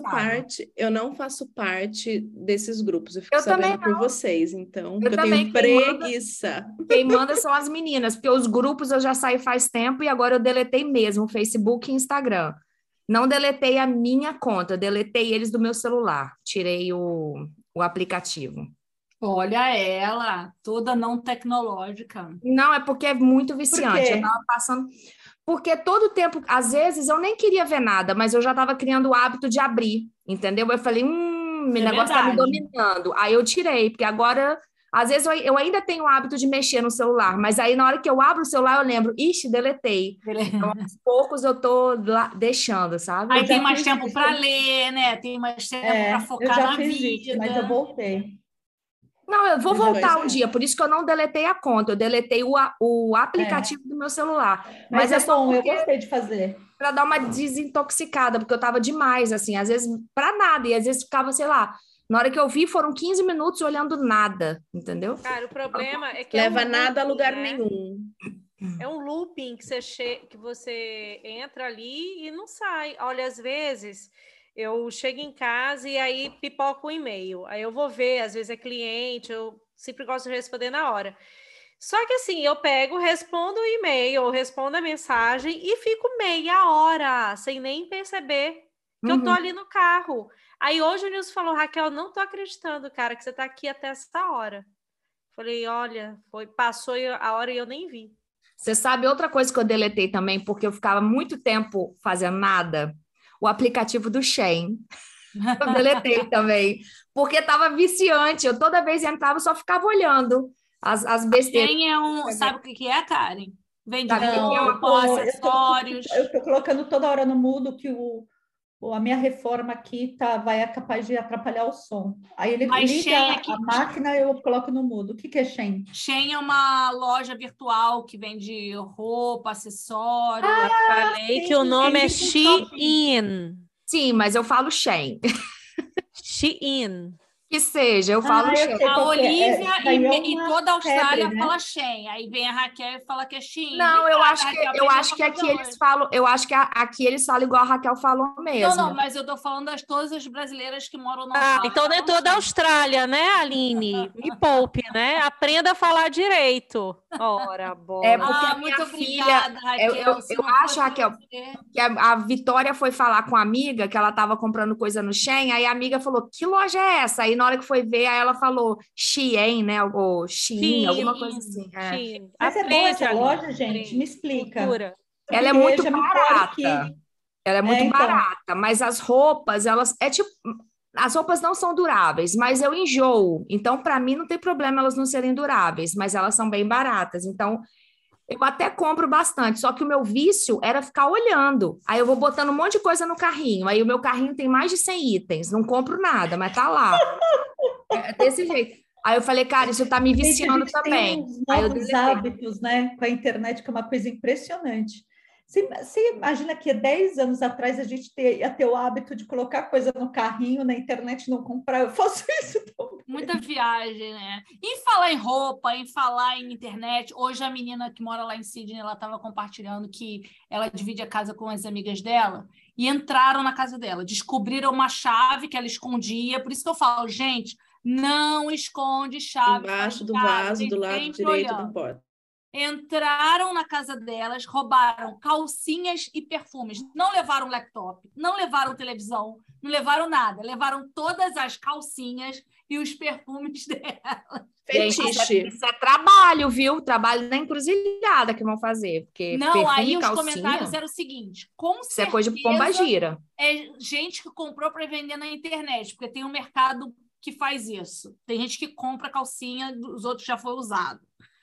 [SPEAKER 3] não faço parte desses grupos. Eu fico sabendo por vocês, então eu tenho preguiça.
[SPEAKER 4] Quem manda são as meninas, porque os grupos eu já saí faz tempo e agora eu deletei mesmo, Facebook e Instagram. Não deletei a minha conta, eu deletei eles do meu celular. Tirei o aplicativo.
[SPEAKER 7] Olha ela, toda não tecnológica.
[SPEAKER 4] Não, é porque é muito viciante. Eu tava passando... Porque todo tempo, às vezes, eu nem queria ver nada, mas eu já estava criando o hábito de abrir, entendeu? Eu falei, meu negócio está me dominando. Aí eu tirei, porque agora, às vezes, eu ainda tenho o hábito de mexer no celular, mas aí na hora que eu abro o celular, eu lembro, deletei. Então, aos poucos eu tô lá deixando, sabe?
[SPEAKER 7] Aí tem mais tempo para ler, né? Tem mais tempo para focar na vida.
[SPEAKER 6] Isso, mas eu voltei.
[SPEAKER 4] Não, eu vou voltar um dia, por isso que eu não deletei a conta, eu deletei o aplicativo do meu celular.
[SPEAKER 6] Mas é bom, eu gostei de fazer.
[SPEAKER 4] Para dar uma desintoxicada, porque eu tava demais, assim, às vezes para nada, e às vezes ficava, sei lá, na hora que eu vi, foram 15 minutos olhando nada, entendeu?
[SPEAKER 1] Cara, o problema é que
[SPEAKER 3] leva nada a lugar nenhum.
[SPEAKER 1] É um looping que você entra ali e não sai. Olha, às vezes... Eu chego em casa e aí pipoco o e-mail. Aí eu vou ver, às vezes é cliente, eu sempre gosto de responder na hora. Só que assim, eu pego, respondo o e-mail, ou respondo a mensagem e fico meia hora, sem nem perceber que eu tô ali no carro. Aí hoje o Nilson falou, Raquel, não tô acreditando, cara, que você tá aqui até essa hora. Falei, olha, passou a hora e eu nem vi.
[SPEAKER 4] Você sabe outra coisa que eu deletei também, porque eu ficava muito tempo fazendo nada? O aplicativo do Shein. Eu deletei também, porque estava viciante. Eu toda vez entrava e só ficava olhando as besteiras.
[SPEAKER 7] Shein sabe o que é, Karen? Vende
[SPEAKER 6] acessórios. Eu estou colocando toda hora no mudo que a minha reforma aqui vai capaz de atrapalhar o som. Aí ele liga a máquina e eu coloco no mudo. O que é Shein?
[SPEAKER 7] Shein é uma loja virtual que vende roupa, acessórios.
[SPEAKER 1] Eu falei que o nome é Shein.
[SPEAKER 4] Sim, mas eu falo Shein.
[SPEAKER 1] Shein.
[SPEAKER 4] Que seja, eu falo Shein.
[SPEAKER 7] A Olivia e toda a Austrália fala Shein. Aí vem a Raquel e fala que é Shein.
[SPEAKER 4] Não, eu acho que aqui eles falam, aqui eles falam igual a Raquel falou mesmo.
[SPEAKER 7] Não, mas eu tô falando todas as brasileiras que moram na Austrália.
[SPEAKER 1] Então não é toda a Austrália, né, Aline? Me poupe, né? Aprenda a falar direito. Ora, boa.
[SPEAKER 4] É porque a minha filha, Raquel, eu acho, Raquel, que a Vitória foi falar com a amiga que ela estava comprando coisa no Shein, aí a amiga falou, que loja é essa? Aí na hora que foi ver, aí ela falou Shein, né? Ou Shein, alguma coisa assim.
[SPEAKER 6] Mas é boa essa loja, gente? Me explica.
[SPEAKER 4] Ela é muito barata. Ela é muito barata, mas as roupas, elas... É tipo... as roupas não são duráveis, mas eu enjoo. Então, para mim, não tem problema elas não serem duráveis, mas elas são bem baratas. Então, eu até compro bastante, só que o meu vício era ficar olhando. Aí eu vou botando um monte de coisa no carrinho. Aí o meu carrinho tem mais de 100 itens. Não compro nada, mas tá lá. É desse jeito. Aí eu falei, cara, isso tá me viciando também.
[SPEAKER 6] Tem uns novos hábitos, né? Com a internet, que é uma coisa impressionante. Você imagina que 10 anos atrás a gente ia ter o hábito de colocar coisa no carrinho, na internet não comprar? Eu faço isso também.
[SPEAKER 7] Muita viagem, né? Em falar em roupa, em falar em internet, hoje a menina que mora lá em Sydney, ela estava compartilhando que ela divide a casa com as amigas dela e entraram na casa dela, descobriram uma chave que ela escondia, por isso que eu falo, gente, não esconde chave.
[SPEAKER 3] Embaixo do vaso, do lado direito da porta.
[SPEAKER 7] Entraram na casa delas, roubaram calcinhas e perfumes. Não levaram laptop, não levaram televisão, não levaram nada. Levaram todas as calcinhas e os perfumes delas.
[SPEAKER 3] Fetiche.
[SPEAKER 4] Isso é trabalho, viu? Trabalho na encruzilhada que vão fazer. Porque
[SPEAKER 7] não, aí os comentários eram o seguinte, com certeza...
[SPEAKER 4] Isso é coisa de pombagira.
[SPEAKER 7] É gente que comprou para vender na internet, porque tem um mercado que faz isso. Tem gente que compra calcinha, os outros já foi usado.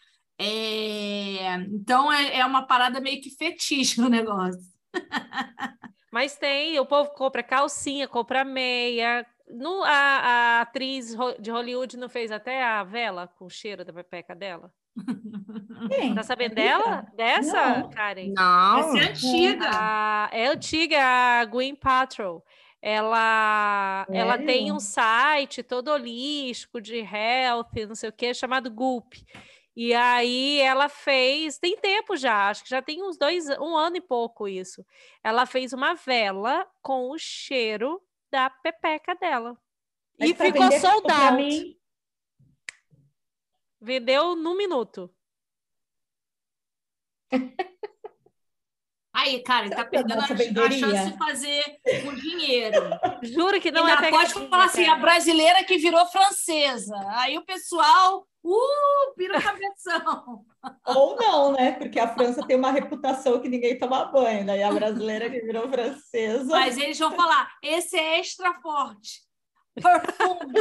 [SPEAKER 7] Então é uma parada meio que fetiche no negócio.
[SPEAKER 1] Mas o povo compra calcinha, compra meia. A atriz de Hollywood não fez até a vela com o cheiro da pepeca dela?
[SPEAKER 6] Quem?
[SPEAKER 1] Tá sabendo dela? Dessa,
[SPEAKER 6] não.
[SPEAKER 1] Karen?
[SPEAKER 4] Não.
[SPEAKER 7] Essa é antiga.
[SPEAKER 1] É antiga, a Gwyneth Paltrow. Ela tem um site todo holístico de health, não sei o que, chamado Goop. E aí ela fez, tem tempo já, acho que já tem um ano e pouco isso. Ela fez uma vela com o cheiro da pepeca dela.
[SPEAKER 6] Mas
[SPEAKER 1] e ficou sold out.
[SPEAKER 6] Mim...
[SPEAKER 1] Vendeu num minuto.
[SPEAKER 7] Aí, cara, ele tá perdendo a chance de fazer o dinheiro.
[SPEAKER 1] Juro que não
[SPEAKER 7] ainda pode falar assim, a brasileira que virou francesa. Aí o pessoal, vira cabeção.
[SPEAKER 6] Ou não, né? Porque a França tem uma reputação que ninguém toma banho, daí a brasileira que virou francesa.
[SPEAKER 7] Mas eles vão falar, esse é extra forte. Perfume.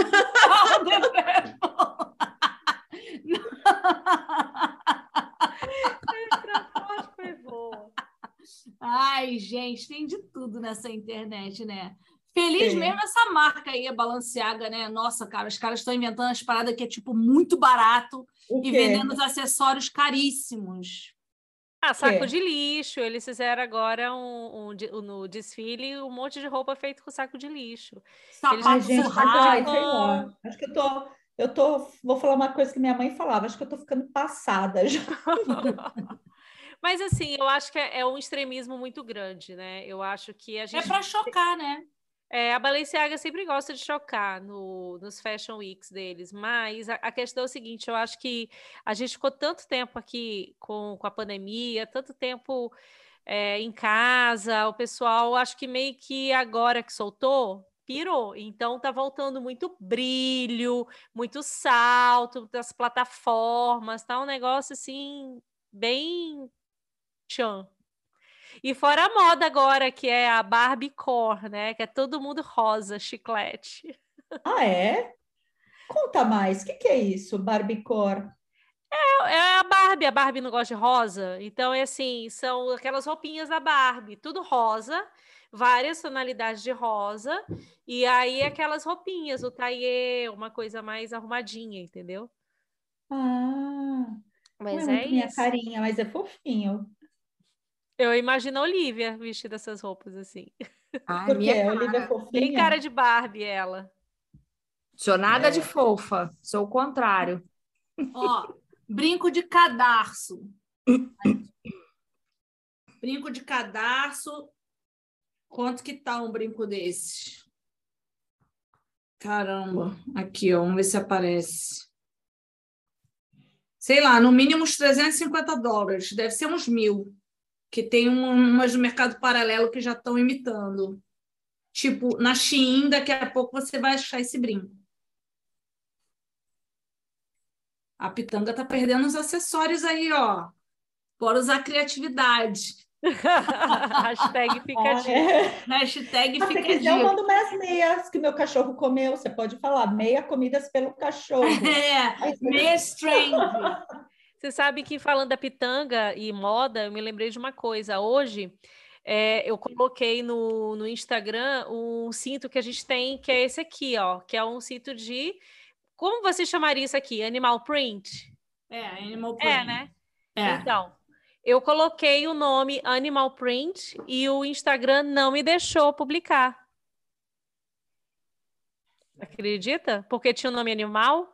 [SPEAKER 1] Extra forte foi boa.
[SPEAKER 7] Ai, gente, tem de tudo nessa internet, né? Feliz mesmo essa marca aí, a Balenciaga, né? Nossa, cara, os caras estão inventando as paradas que é, tipo, muito barato e vendendo os acessórios caríssimos.
[SPEAKER 1] Saco de lixo. Eles fizeram agora no desfile um monte de roupa feita com saco de lixo.
[SPEAKER 7] Sapato
[SPEAKER 6] surrado. Acho que vou falar uma coisa que minha mãe falava, acho que eu tô ficando passada já.
[SPEAKER 1] Mas, assim, eu acho que é um extremismo muito grande, né? Eu acho que a gente...
[SPEAKER 7] É para chocar, né?
[SPEAKER 1] A Balenciaga sempre gosta de chocar nos Fashion Weeks deles, mas a questão é o seguinte, eu acho que a gente ficou tanto tempo aqui com a pandemia, tanto tempo em casa, o pessoal, acho que meio que agora que soltou, pirou. Então, tá voltando muito brilho, muito salto das plataformas, tá um negócio, assim, bem... tchan. E fora a moda agora, que é a Barbiecore, né? Que é todo mundo rosa, chiclete.
[SPEAKER 6] Ah, é? Conta mais, o que é isso, Barbiecore?
[SPEAKER 1] É a Barbie não gosta de rosa, então é assim, são aquelas roupinhas da Barbie, tudo rosa, várias tonalidades de rosa, e aí aquelas roupinhas, o taillé, uma coisa mais arrumadinha, entendeu?
[SPEAKER 6] Mas não é muito minha carinha, mas é fofinho.
[SPEAKER 1] Eu imagino a Olivia vestida essas roupas assim.
[SPEAKER 6] Por quê? A Olivia é fofinha?
[SPEAKER 1] Tem cara de Barbie, ela.
[SPEAKER 4] Sou nada de fofa, sou o contrário.
[SPEAKER 7] Ó, brinco de cadarço. Brinco de cadarço. Quanto que tá um brinco desses? Caramba. Aqui, ó, vamos ver se aparece. Sei lá, no mínimo uns $350. Deve ser uns 1.000. Que tem umas no mercado paralelo que já estão imitando. Tipo, na Shein, daqui a pouco você vai achar esse brinco. A Pitanga tá perdendo os acessórios aí, ó. Bora usar a criatividade.
[SPEAKER 1] Hashtag fica a dica.
[SPEAKER 7] Hashtag fica a dica.
[SPEAKER 6] Se quiser, eu mando minhas meias que meu cachorro comeu. Você pode falar, meia comidas pelo cachorro.
[SPEAKER 7] Meia strange.
[SPEAKER 1] Você sabe que falando da pitanga e moda, eu me lembrei de uma coisa. Hoje, eu coloquei no Instagram um cinto que a gente tem, que é esse aqui, ó, que é um cinto de... Como você chamaria isso aqui? Animal print?
[SPEAKER 7] Animal print.
[SPEAKER 1] Né? Então, eu coloquei o nome Animal Print e o Instagram não me deixou publicar. Acredita? Porque tinha o nome animal.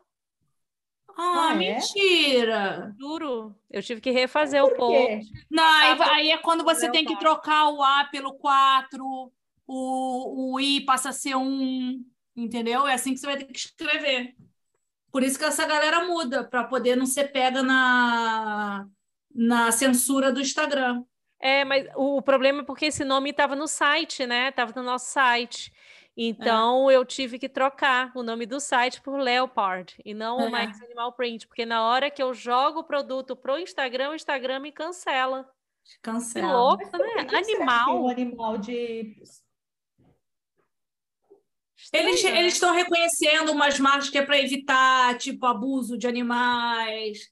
[SPEAKER 7] Mentira!
[SPEAKER 1] Juro. Eu tive que refazer o post.
[SPEAKER 7] Não, aí é quando você tem que trocar o A pelo 4, o I passa a ser 1, entendeu? É assim que você vai ter que escrever. Por isso que essa galera muda, para poder não ser pega na censura do Instagram.
[SPEAKER 1] Mas o problema é porque esse nome estava no site, né? Estava no nosso site. Então, eu tive que trocar o nome do site por Leopard e não mais Animal Print, porque na hora que eu jogo o produto pro Instagram, o Instagram me cancela.
[SPEAKER 7] Cancela.
[SPEAKER 1] Que louco, né? Animal.
[SPEAKER 6] Um animal de...
[SPEAKER 7] Eles estão reconhecendo umas marcas que é para evitar, tipo, abuso de animais.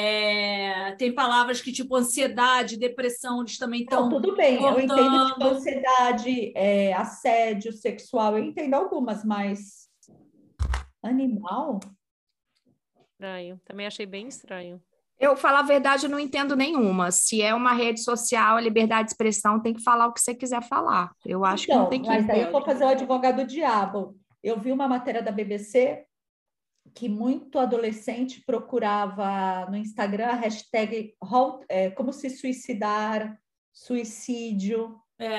[SPEAKER 7] Tem palavras que, tipo, ansiedade, depressão, eles também estão...
[SPEAKER 6] Tudo bem, eu entendo, tipo, ansiedade, assédio sexual, eu entendo algumas, mas... Animal?
[SPEAKER 1] Estranho, também achei bem estranho.
[SPEAKER 4] Eu, falar a verdade, eu não entendo nenhuma. Se é uma rede social, a liberdade de expressão, tem que falar o que você quiser falar. Eu acho que não tem que...
[SPEAKER 6] Mas daí eu vou fazer o advogado do diabo. Eu vi uma matéria da BBC que muito adolescente procurava no Instagram a hashtag como se suicidar, suicídio.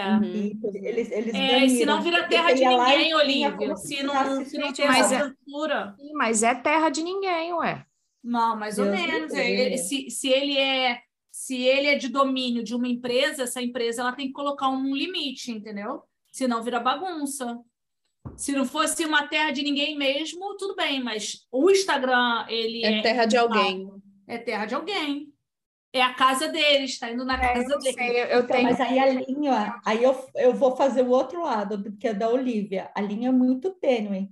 [SPEAKER 6] Eles baniram.
[SPEAKER 7] Se não vira terra de ninguém, Olívia. Se não tiver censura.
[SPEAKER 4] Mas é terra de ninguém, ué.
[SPEAKER 7] Não, mais ou menos. Se ele é de domínio de uma empresa, essa empresa ela tem que colocar um limite, entendeu? Senão vira bagunça. Se não fosse uma terra de ninguém mesmo, tudo bem, mas o Instagram, ele
[SPEAKER 3] é terra de alguém.
[SPEAKER 7] É terra de alguém. É a casa deles, está indo na casa deles.
[SPEAKER 6] Mas aí a linha, eu vou fazer o outro lado, que é da Olivia. A linha é muito tênue.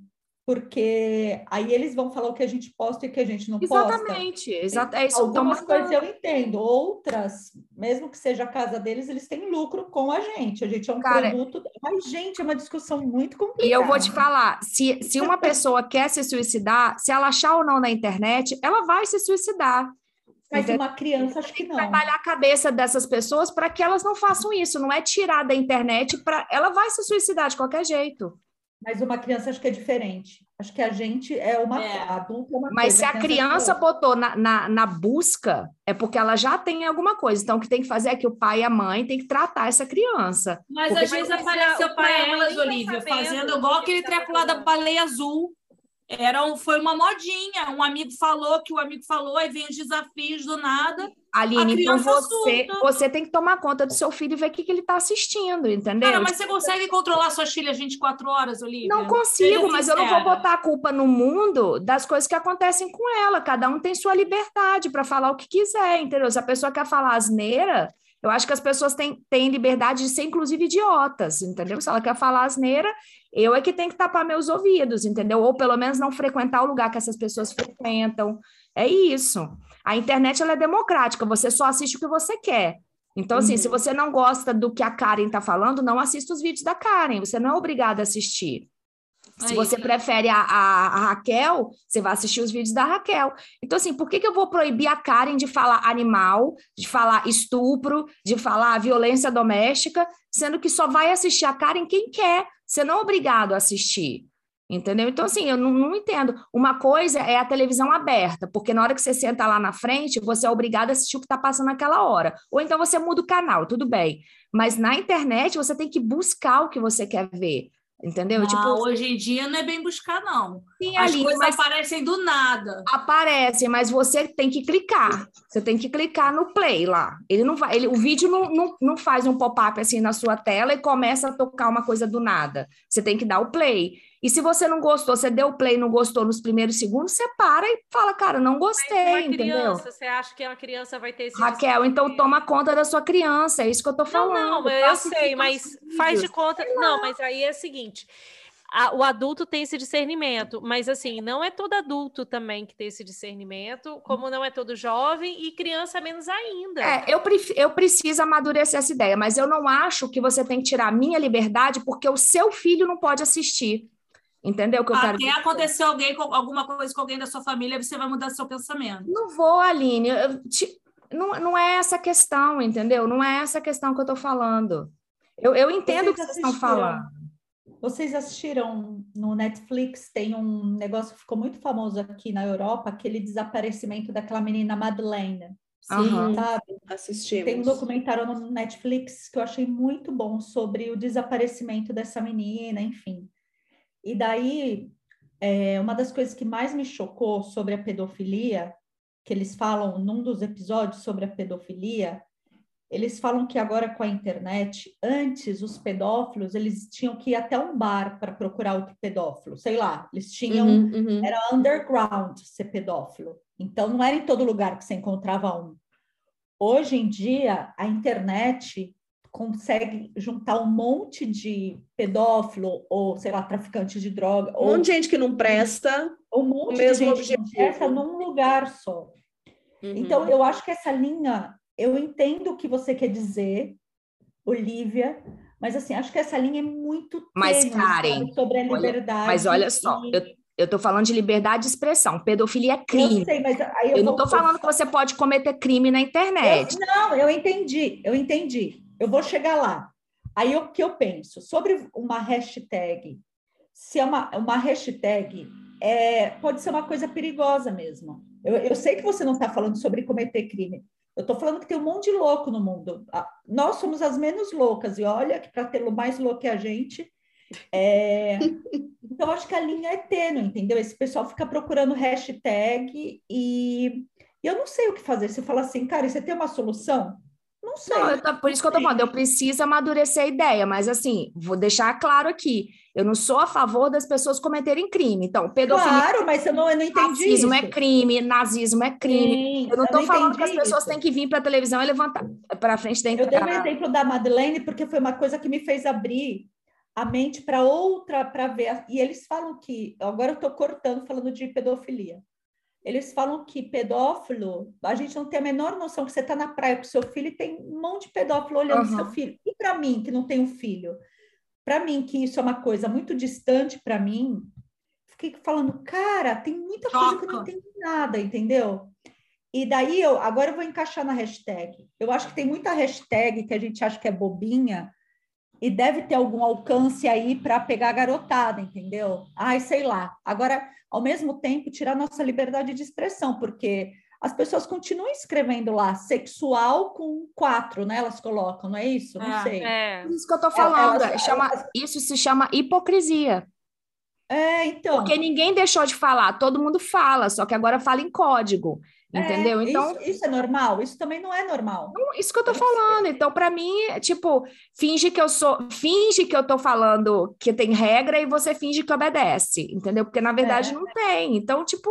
[SPEAKER 6] Porque aí eles vão falar o que a gente posta e o que a gente não posta.
[SPEAKER 4] Exatamente.
[SPEAKER 6] Algumas coisas eu entendo, outras, mesmo que seja a casa deles, eles têm lucro com a gente. A gente é um produto... Mas, gente, é uma discussão muito complicada.
[SPEAKER 4] E eu vou te falar, se uma pessoa quer se suicidar, se ela achar ou não na internet, ela vai se suicidar.
[SPEAKER 6] Mas uma criança, acho que não.
[SPEAKER 4] Trabalhar a cabeça dessas pessoas para que elas não façam isso. Não é tirar da internet, ela vai se suicidar de qualquer jeito.
[SPEAKER 6] Mas uma criança acho que é diferente. Acho que a gente adulto é uma
[SPEAKER 4] Mas
[SPEAKER 6] coisa,
[SPEAKER 4] se a criança botou na busca, é porque ela já tem alguma coisa. Então, o que tem que fazer é que o pai e a mãe tem que tratar essa criança.
[SPEAKER 7] Mas às vezes apareceu para elas, Olívia, fazendo igual aquele treco lá da baleia azul. Foi uma modinha. Um amigo falou que o amigo falou, aí vem os desafios do nada.
[SPEAKER 4] Aline, então você tem que tomar conta do seu filho e ver o que ele está assistindo, entendeu?
[SPEAKER 7] Cara, mas você consegue controlar suas filhas 24 horas, Olívia?
[SPEAKER 4] Não consigo, mas eu não vou botar a culpa no mundo das coisas que acontecem com ela. Cada um tem sua liberdade para falar o que quiser, entendeu? Se a pessoa quer falar asneira, eu acho que as pessoas têm liberdade de ser, inclusive, idiotas, entendeu? Se ela quer falar asneira, eu é que tenho que tapar meus ouvidos, entendeu? Ou pelo menos não frequentar o lugar que essas pessoas frequentam. É isso. A internet ela é democrática, você só assiste o que você quer. Então, assim, se você não gosta do que a Karen está falando, não assista os vídeos da Karen, você não é obrigado a assistir. Se você prefere a Raquel, você vai assistir os vídeos da Raquel. Então, assim, por que eu vou proibir a Karen de falar animal, de falar estupro, de falar violência doméstica, sendo que só vai assistir a Karen quem quer? Você não é obrigado a assistir. Entendeu? Então, assim, eu não entendo. Uma coisa é a televisão aberta, porque na hora que você senta lá na frente, você é obrigado a assistir o que está passando naquela hora. Ou então você muda o canal, tudo bem. Mas na internet, você tem que buscar o que você quer ver. Entendeu?
[SPEAKER 7] Hoje em dia não é bem buscar, não.
[SPEAKER 4] Sim,
[SPEAKER 7] as coisas aparecem do nada.
[SPEAKER 4] Aparecem, mas você tem que clicar. Você tem que clicar no play lá. Ele não vai, o vídeo não faz um pop-up assim na sua tela e começa a tocar uma coisa do nada. Você tem que dar o play. E se você não gostou, você deu play e não gostou nos primeiros segundos, você para e fala, cara, não gostei, entendeu?
[SPEAKER 1] Você acha que uma criança vai ter esse
[SPEAKER 4] Raquel, então toma conta da sua criança, é isso que eu tô falando.
[SPEAKER 1] Não, eu sei, mas faz de conta... Não, mas aí é o seguinte... O adulto tem esse discernimento, mas assim, não é todo adulto também que tem esse discernimento, como não é todo jovem, e criança menos ainda.
[SPEAKER 4] Eu preciso amadurecer essa ideia, mas eu não acho que você tem que tirar a minha liberdade porque o seu filho não pode assistir. Entendeu o que eu quero dizer?
[SPEAKER 7] Até acontecer alguma coisa com alguém da sua família, você vai mudar seu pensamento.
[SPEAKER 4] Não vou, Aline. Não é essa questão, entendeu? Não é essa questão que eu tô falando. Eu entendo o que vocês estão falando.
[SPEAKER 6] Vocês assistiram no Netflix, tem um negócio que ficou muito famoso aqui na Europa, aquele desaparecimento daquela menina Madeleine.
[SPEAKER 3] Sim,
[SPEAKER 6] sabe?
[SPEAKER 3] Assistimos.
[SPEAKER 6] Tem um documentário no Netflix que eu achei muito bom sobre o desaparecimento dessa menina, enfim. E daí, uma das coisas que mais me chocou sobre a pedofilia, que eles falam num dos episódios sobre a pedofilia, eles falam que agora com a internet, antes os pedófilos, eles tinham que ir até um bar para procurar outro pedófilo, sei lá, eles tinham, era underground ser pedófilo, então não era em todo lugar que você encontrava um. Hoje em dia, a internet consegue juntar um monte de pedófilo ou, sei lá, traficante de droga.
[SPEAKER 3] Um monte de gente que não presta.
[SPEAKER 6] Um monte de gente que não presta num lugar só. Então, eu acho que essa linha... Eu entendo o que você quer dizer, Olivia, mas assim, acho que essa linha é muito
[SPEAKER 4] tênue, Karen,
[SPEAKER 6] sobre a liberdade.
[SPEAKER 4] Mas olha só, eu estou falando de liberdade de expressão. Pedofilia é crime.
[SPEAKER 6] Eu sei, mas aí
[SPEAKER 4] eu não estou falando que você pode cometer crime na internet.
[SPEAKER 6] Eu entendi. Eu vou chegar lá. Aí o que eu penso sobre uma hashtag, se é uma hashtag, pode ser uma coisa perigosa mesmo. Eu sei que você não está falando sobre cometer crime. Eu estou falando que tem um monte de louco no mundo. Nós somos as menos loucas, e olha que para ter o mais louco que a gente. Então, acho que a linha é tênue, entendeu? Esse pessoal fica procurando hashtag e eu não sei o que fazer. Você fala assim, cara, você tem uma solução? Não sei.
[SPEAKER 4] Não, por isso que eu estou falando, eu preciso amadurecer a ideia, mas assim, vou deixar claro aqui, eu não sou a favor das pessoas cometerem crime. Então, pedofilia...
[SPEAKER 6] Claro, mas eu não entendi
[SPEAKER 4] racismo é crime, nazismo é crime. Sim, eu não estou falando que as pessoas têm que vir para a televisão e levantar para frente da
[SPEAKER 6] Eu dei o exemplo da Madeleine porque foi uma coisa que me fez abrir a mente para outra, para ver. E eles falam que, agora eu estou cortando, falando de pedofilia. Eles falam que pedófilo, a gente não tem a menor noção que você está na praia com seu filho e tem um monte de pedófilo olhando seu filho. E para mim, que não tenho filho, para mim, que isso é uma coisa muito distante para mim, fiquei falando, cara, tem muita coisa que eu não entendo nada, entendeu? E daí, agora eu vou encaixar na hashtag. Eu acho que tem muita hashtag que a gente acha que é bobinha e deve ter algum alcance aí para pegar a garotada, entendeu? Ai, sei lá. Agora, ao mesmo tempo, tirar nossa liberdade de expressão, porque as pessoas continuam escrevendo lá sexual com 4, né? Elas colocam, não é isso? Não sei.
[SPEAKER 4] Isso que eu tô falando. Isso se chama hipocrisia.
[SPEAKER 6] Então.
[SPEAKER 4] Porque ninguém deixou de falar, todo mundo fala, só que agora fala em código. Entendeu? Então,
[SPEAKER 6] isso é normal? Isso também não é normal.
[SPEAKER 4] Não, isso que eu tô falando. Então, para mim, tipo, finge que eu tô falando que tem regra e você finge que obedece, entendeu? Porque na verdade não tem. Então, tipo,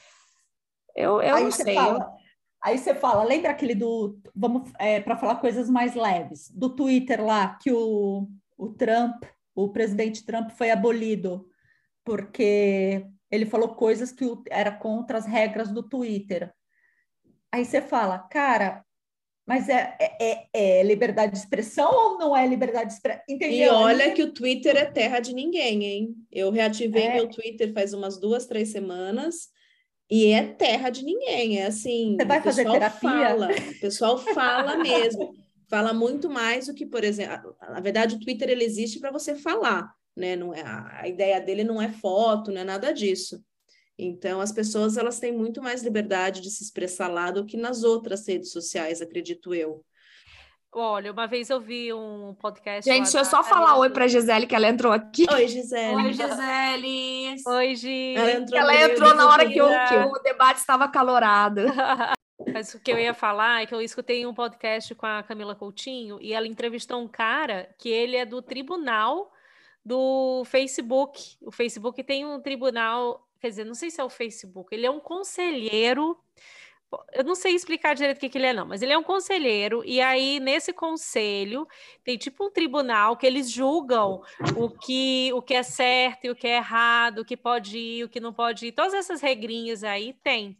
[SPEAKER 4] eu não sei.
[SPEAKER 6] Aí você fala, lembra aquele vamos para falar coisas mais leves, do Twitter lá, que o Trump, o presidente Trump foi abolido porque ele falou coisas que era contra as regras do Twitter. Aí você fala, cara, mas é liberdade de expressão ou não é liberdade de expressão? Entendeu?
[SPEAKER 3] E olha que o Twitter é terra de ninguém, hein? Eu reativei meu Twitter faz umas 2-3 semanas e é terra de ninguém. É assim,
[SPEAKER 6] você vai fazer terapia?
[SPEAKER 3] O pessoal fala mesmo. Fala muito mais do que, por exemplo... Na verdade, o Twitter ele existe para você falar, né? Não é, a ideia dele não é foto, não é nada disso. Então, as pessoas elas têm muito mais liberdade de se expressar lá do que nas outras redes sociais, acredito eu.
[SPEAKER 1] Olha, uma vez eu vi um podcast...
[SPEAKER 4] Gente, deixa eu só falar oi para a Gisele, que ela entrou aqui.
[SPEAKER 3] Oi, Gisele.
[SPEAKER 7] Oi, Gisele.
[SPEAKER 1] Oi, Gi.
[SPEAKER 4] Ela entrou na hora que o debate estava acalorado.
[SPEAKER 1] Mas o que eu ia falar é que eu escutei um podcast com a Camila Coutinho e ela entrevistou um cara que ele é do tribunal do Facebook. O Facebook tem um tribunal, quer dizer, não sei se é o Facebook, ele é um conselheiro. Eu não sei explicar direito o que ele é, não, mas ele é um conselheiro, e aí nesse conselho tem tipo um tribunal que eles julgam o que é certo e o que é errado, o que pode ir, o que não pode ir, todas essas regrinhas aí tem.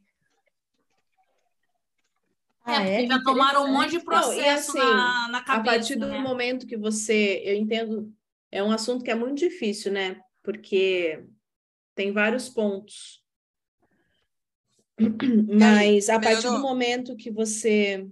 [SPEAKER 7] Porque já tomaram um monte de processo na cabeça.
[SPEAKER 3] A partir do momento que eu entendo, é um assunto que é muito difícil, né? Porque tem vários pontos. Mas a partir do momento que você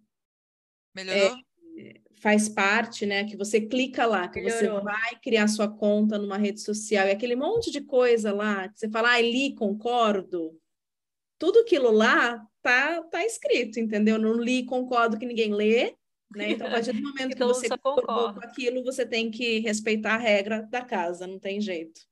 [SPEAKER 3] faz parte, né? Que você clica lá, que você vai criar sua conta numa rede social, e aquele monte de coisa lá, que você fala, li, concordo, tudo aquilo lá tá escrito, entendeu? Não li, concordo que ninguém lê, né? Então, a partir do momento que você concordou com aquilo, você tem que respeitar a regra da casa, não tem jeito.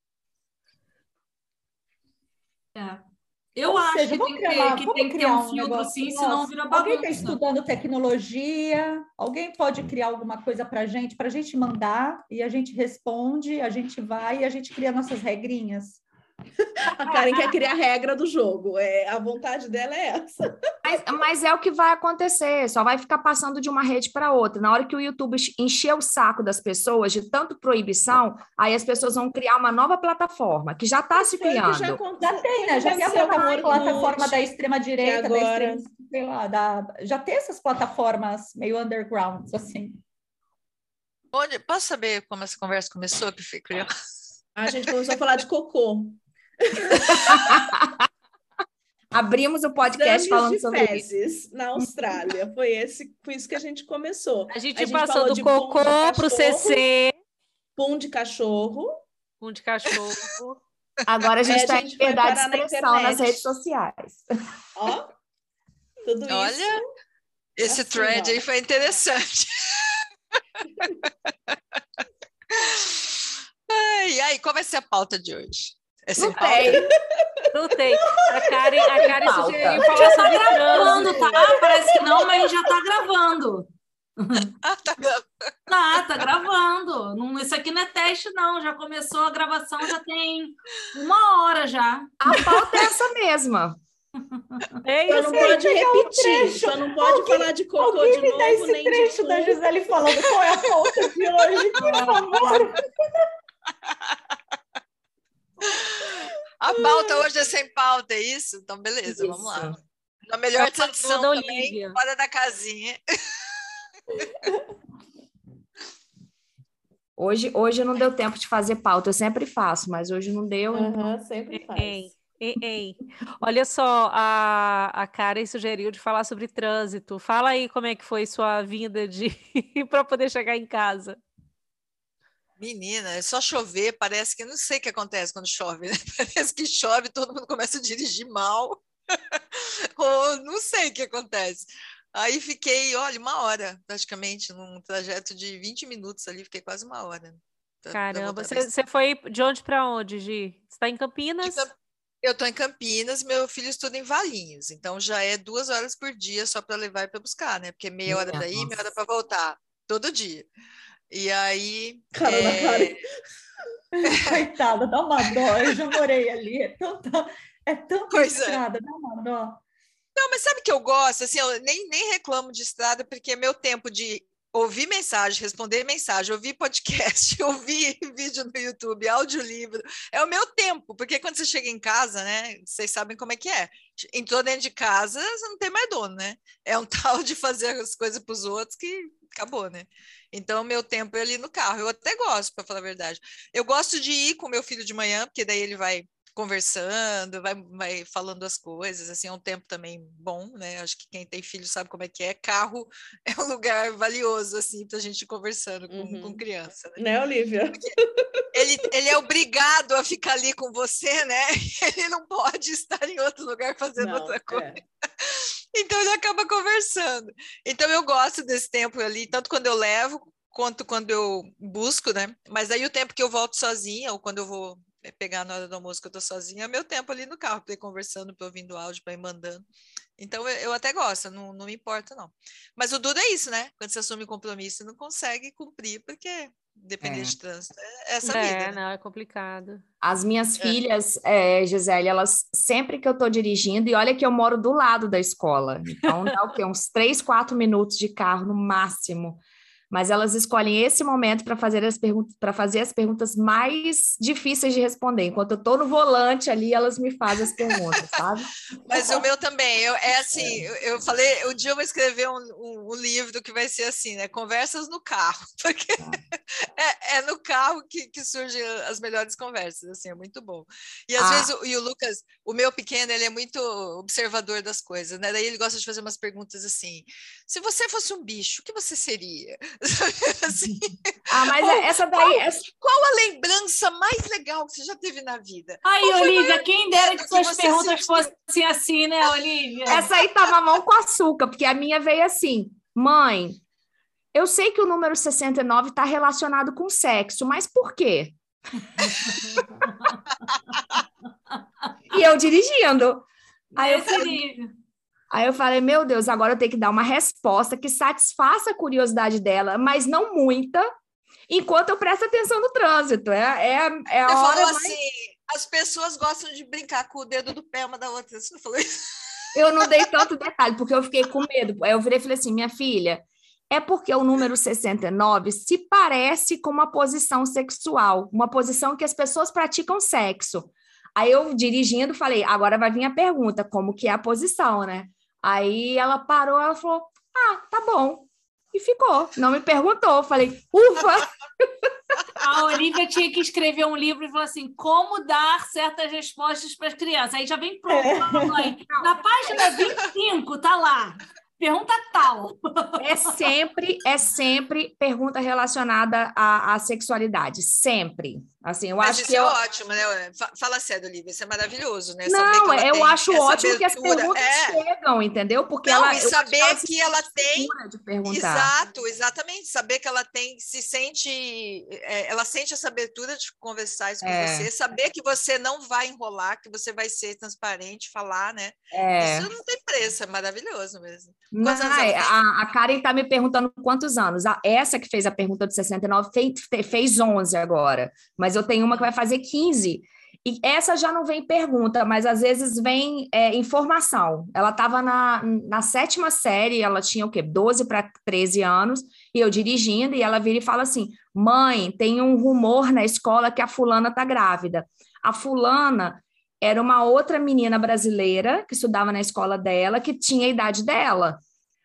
[SPEAKER 7] Eu acho que tem que ter um filtro assim, senão vira bagunça.
[SPEAKER 6] Alguém está estudando tecnologia, alguém pode criar alguma coisa para a gente mandar, e a gente responde, a gente vai e a gente cria nossas regrinhas.
[SPEAKER 3] A Karen quer criar a regra do jogo, a vontade dela é essa.
[SPEAKER 4] Mas é o que vai acontecer, só vai ficar passando de uma rede para outra. Na hora que o YouTube encher o saco das pessoas de tanto proibição, aí as pessoas vão criar uma nova plataforma, que já está se criando.
[SPEAKER 6] Já tem, né? Já tem a plataforma da extrema-direita, agora... já tem essas plataformas meio underground, assim.
[SPEAKER 8] Posso saber como essa conversa começou? Que foi
[SPEAKER 3] a gente começou a falar de cocô.
[SPEAKER 4] Abrimos o podcast falando sobre
[SPEAKER 3] isso. Na Austrália. Foi isso que a gente começou.
[SPEAKER 1] A gente passou do cocô para o CC.
[SPEAKER 3] Pum de cachorro.
[SPEAKER 1] Pum de cachorro.
[SPEAKER 4] Agora a gente está em liberdade de expressão nas redes sociais.
[SPEAKER 3] Ó, tudo isso.
[SPEAKER 8] Olha, esse assim, thread aí foi interessante. E aí, qual vai ser a pauta de hoje?
[SPEAKER 1] Não tem. A Karen sugeriu falar sobre
[SPEAKER 7] gravando, tá? Parece que não, mas já tá gravando.
[SPEAKER 8] Tá gravando.
[SPEAKER 7] Tá gravando. Não, isso aqui não é teste, não. Já começou a gravação, já tem 1 hora já.
[SPEAKER 4] A pauta é essa mesma.
[SPEAKER 3] Só não pode repetir. Só não pode falar de cocô de novo,
[SPEAKER 6] esse
[SPEAKER 3] nem
[SPEAKER 6] trecho
[SPEAKER 3] de
[SPEAKER 6] da Gisele falando qual é a pauta de hoje, por favor.
[SPEAKER 8] A pauta hoje é sem pauta, é isso? Então, beleza, vamos lá. Na melhor tradução também, fora da casinha.
[SPEAKER 4] Hoje não deu tempo de fazer pauta, eu sempre faço, mas hoje não deu.
[SPEAKER 3] Sempre faz.
[SPEAKER 1] Olha só, a Karen sugeriu de falar sobre trânsito. Fala aí como é que foi sua vinda para poder chegar em casa.
[SPEAKER 8] Menina, é só chover, parece que não sei o que acontece quando chove, né? Parece que chove, todo mundo começa a dirigir mal, ou não sei o que acontece. Aí fiquei, olha, 1 hora, praticamente, num trajeto de 20 minutos ali, fiquei quase 1 hora.
[SPEAKER 1] Caramba, você foi de onde para onde, Gi? Você está em Campinas?
[SPEAKER 8] Eu estou em Campinas, meu filho estuda em Valinhos, então já é 2 horas por dia só para levar e para buscar, né? Porque meia hora para ir, meia hora para voltar, todo dia. E aí...
[SPEAKER 6] Coitada, dá uma dó. Eu já morei ali. É tanta estrada, dá uma dó.
[SPEAKER 8] Não, mas sabe que eu gosto? Assim, eu nem reclamo de estrada, porque é meu tempo de ouvir mensagem, responder mensagem, ouvir podcast, ouvir vídeo no YouTube, audiolivro. É o meu tempo, porque quando você chega em casa, né? Vocês sabem como é que é. Entrou dentro de casa, você não tem mais dono, né? É um tal de fazer as coisas para os outros que acabou, né? Então, meu tempo é ali no carro. Eu até gosto, para falar a verdade. Eu gosto de ir com meu filho de manhã, porque daí ele vai conversando, vai falando as coisas, assim, é um tempo também bom, né? Acho que quem tem filho sabe como é que é. Carro é um lugar valioso, assim, para a gente ir conversando com criança.
[SPEAKER 3] Né, Olivia?
[SPEAKER 8] Ele é obrigado a ficar ali com você, né? Ele não pode estar em outro lugar fazendo outra coisa. Então, ele acaba conversando. Então, eu gosto desse tempo ali, tanto quando eu levo, quanto quando eu busco, né? Mas aí o tempo que eu volto sozinha, ou quando eu vou pegar na hora do almoço que eu tô sozinha, é meu tempo ali no carro, para ir conversando, para ouvindo áudio, para ir mandando. Então, eu até gosto, não me importa, não. Mas o duro é isso, né? Quando você assume compromisso, você não consegue cumprir, porque depender de trânsito é essa vida, né?
[SPEAKER 1] Não, é complicado.
[SPEAKER 4] As minhas filhas, Gisele, elas sempre que eu estou dirigindo, e olha que eu moro do lado da escola, então dá o quê? Uns 3, 4 minutos de carro no máximo. Mas elas escolhem esse momento para fazer as perguntas mais difíceis de responder. Enquanto eu estou no volante ali, elas me fazem as perguntas, sabe?
[SPEAKER 8] Mas o meu também, eu falei, um dia eu vou escrever um livro que vai ser assim, né? Conversas no carro, porque é no carro que surgem as melhores conversas, assim, é muito bom. E às vezes o Lucas, o meu pequeno, ele é muito observador das coisas, né? Daí ele gosta de fazer umas perguntas assim, se você fosse um bicho, o que você seria? Assim,
[SPEAKER 4] mas essa daí...
[SPEAKER 8] Qual a lembrança mais legal que você já teve na vida?
[SPEAKER 7] Ai, Olivia, quem dera que suas perguntas fossem assim, né, Olivia?
[SPEAKER 4] Essa aí tá mamão com açúcar, porque a minha veio assim, mãe, eu sei que o número 69 está relacionado com sexo, mas por quê? E eu dirigindo. Aí eu falei, meu Deus, agora eu tenho que dar uma resposta que satisfaça a curiosidade dela, mas não muita, enquanto eu presto atenção no trânsito. É a
[SPEAKER 8] Você
[SPEAKER 4] hora
[SPEAKER 8] falou
[SPEAKER 4] mais...
[SPEAKER 8] assim, as pessoas gostam de brincar com o dedo do pé uma da outra. Você não falou isso?
[SPEAKER 4] Eu não dei tanto detalhe, porque eu fiquei com medo. Aí eu virei e falei assim, minha filha, é porque o número 69 se parece com uma posição sexual, uma posição que as pessoas praticam sexo. Aí eu, dirigindo, falei, agora vai vir a pergunta, como que é a posição, né? Aí ela parou, ela falou, tá bom. E ficou, não me perguntou. Eu falei, ufa!
[SPEAKER 7] A Olivia tinha que escrever um livro e falar assim, como dar certas respostas para as crianças. Aí já vem pronto, mãe. Na página 25, tá lá. Pergunta tal.
[SPEAKER 4] É sempre pergunta relacionada à sexualidade, sempre. Assim, eu
[SPEAKER 8] Mas
[SPEAKER 4] acho
[SPEAKER 8] isso
[SPEAKER 4] que
[SPEAKER 8] é ótimo, né? Fala sério, Olivia, isso é maravilhoso, né?
[SPEAKER 4] Não, eu acho ótimo
[SPEAKER 8] abertura.
[SPEAKER 4] Que as perguntas chegam, entendeu? Porque
[SPEAKER 8] e saber que ela tem...
[SPEAKER 4] de perguntar.
[SPEAKER 8] Exato, exatamente. Saber que ela tem, ela sente essa abertura de conversar isso com você, saber que você não vai enrolar, que você vai ser transparente, falar, né? Isso não tem preço, é maravilhoso mesmo. Quantos anos ela tem?
[SPEAKER 4] A Karen está me perguntando quantos anos. Essa que fez a pergunta de 69 fez 11 agora, mas eu tenho uma que vai fazer 15. E essa já não vem pergunta, mas às vezes vem informação. Ela estava na 7ª série, ela tinha o quê? 12 para 13 anos, e eu dirigindo, e ela vira e fala assim, mãe, tem um rumor na escola que a fulana está grávida. A fulana era uma outra menina brasileira que estudava na escola dela, que tinha a idade dela.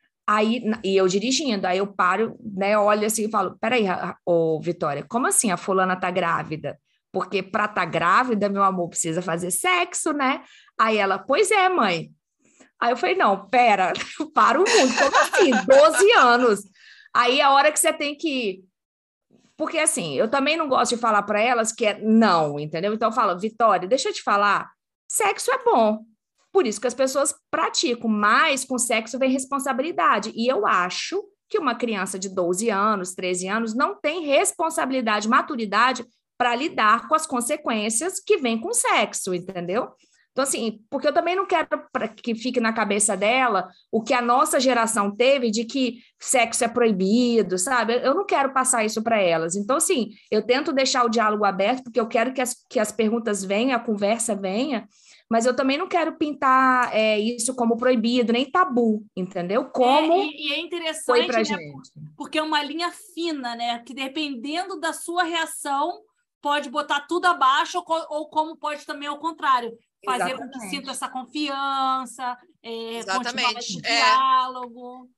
[SPEAKER 4] Aí, e eu dirigindo, aí eu paro, né, olho assim e falo, peraí, Vitória, como assim a fulana tá grávida? Porque para estar grávida, meu amor, precisa fazer sexo, né? Aí ela, pois é, mãe. Aí eu falei, não, pera, para o mundo, como assim? 12 anos. Aí a hora que você tem que... Porque assim, eu também não gosto de falar para elas que é não, entendeu? Então eu falo, Vitória, deixa eu te falar, sexo é bom. Por isso que as pessoas praticam, mas com sexo vem responsabilidade. E eu acho que uma criança de 12 anos, 13 anos, não tem responsabilidade, maturidade para lidar com as consequências que vêm com sexo, entendeu? Então, assim, porque eu também não quero que fique na cabeça dela o que a nossa geração teve de que sexo é proibido, sabe? Eu não quero passar isso para elas. Então, assim, eu tento deixar o diálogo aberto, porque eu quero que as perguntas venham, a conversa venha, mas eu também não quero pintar isso como proibido, nem tabu, entendeu? Como
[SPEAKER 7] e é interessante,
[SPEAKER 4] foi pra
[SPEAKER 7] né?
[SPEAKER 4] gente.
[SPEAKER 7] Porque é uma linha fina, né? Que dependendo da sua reação, pode botar tudo abaixo ou como pode também ao contrário. Fazer com que sinta essa confiança, continuar esse diálogo.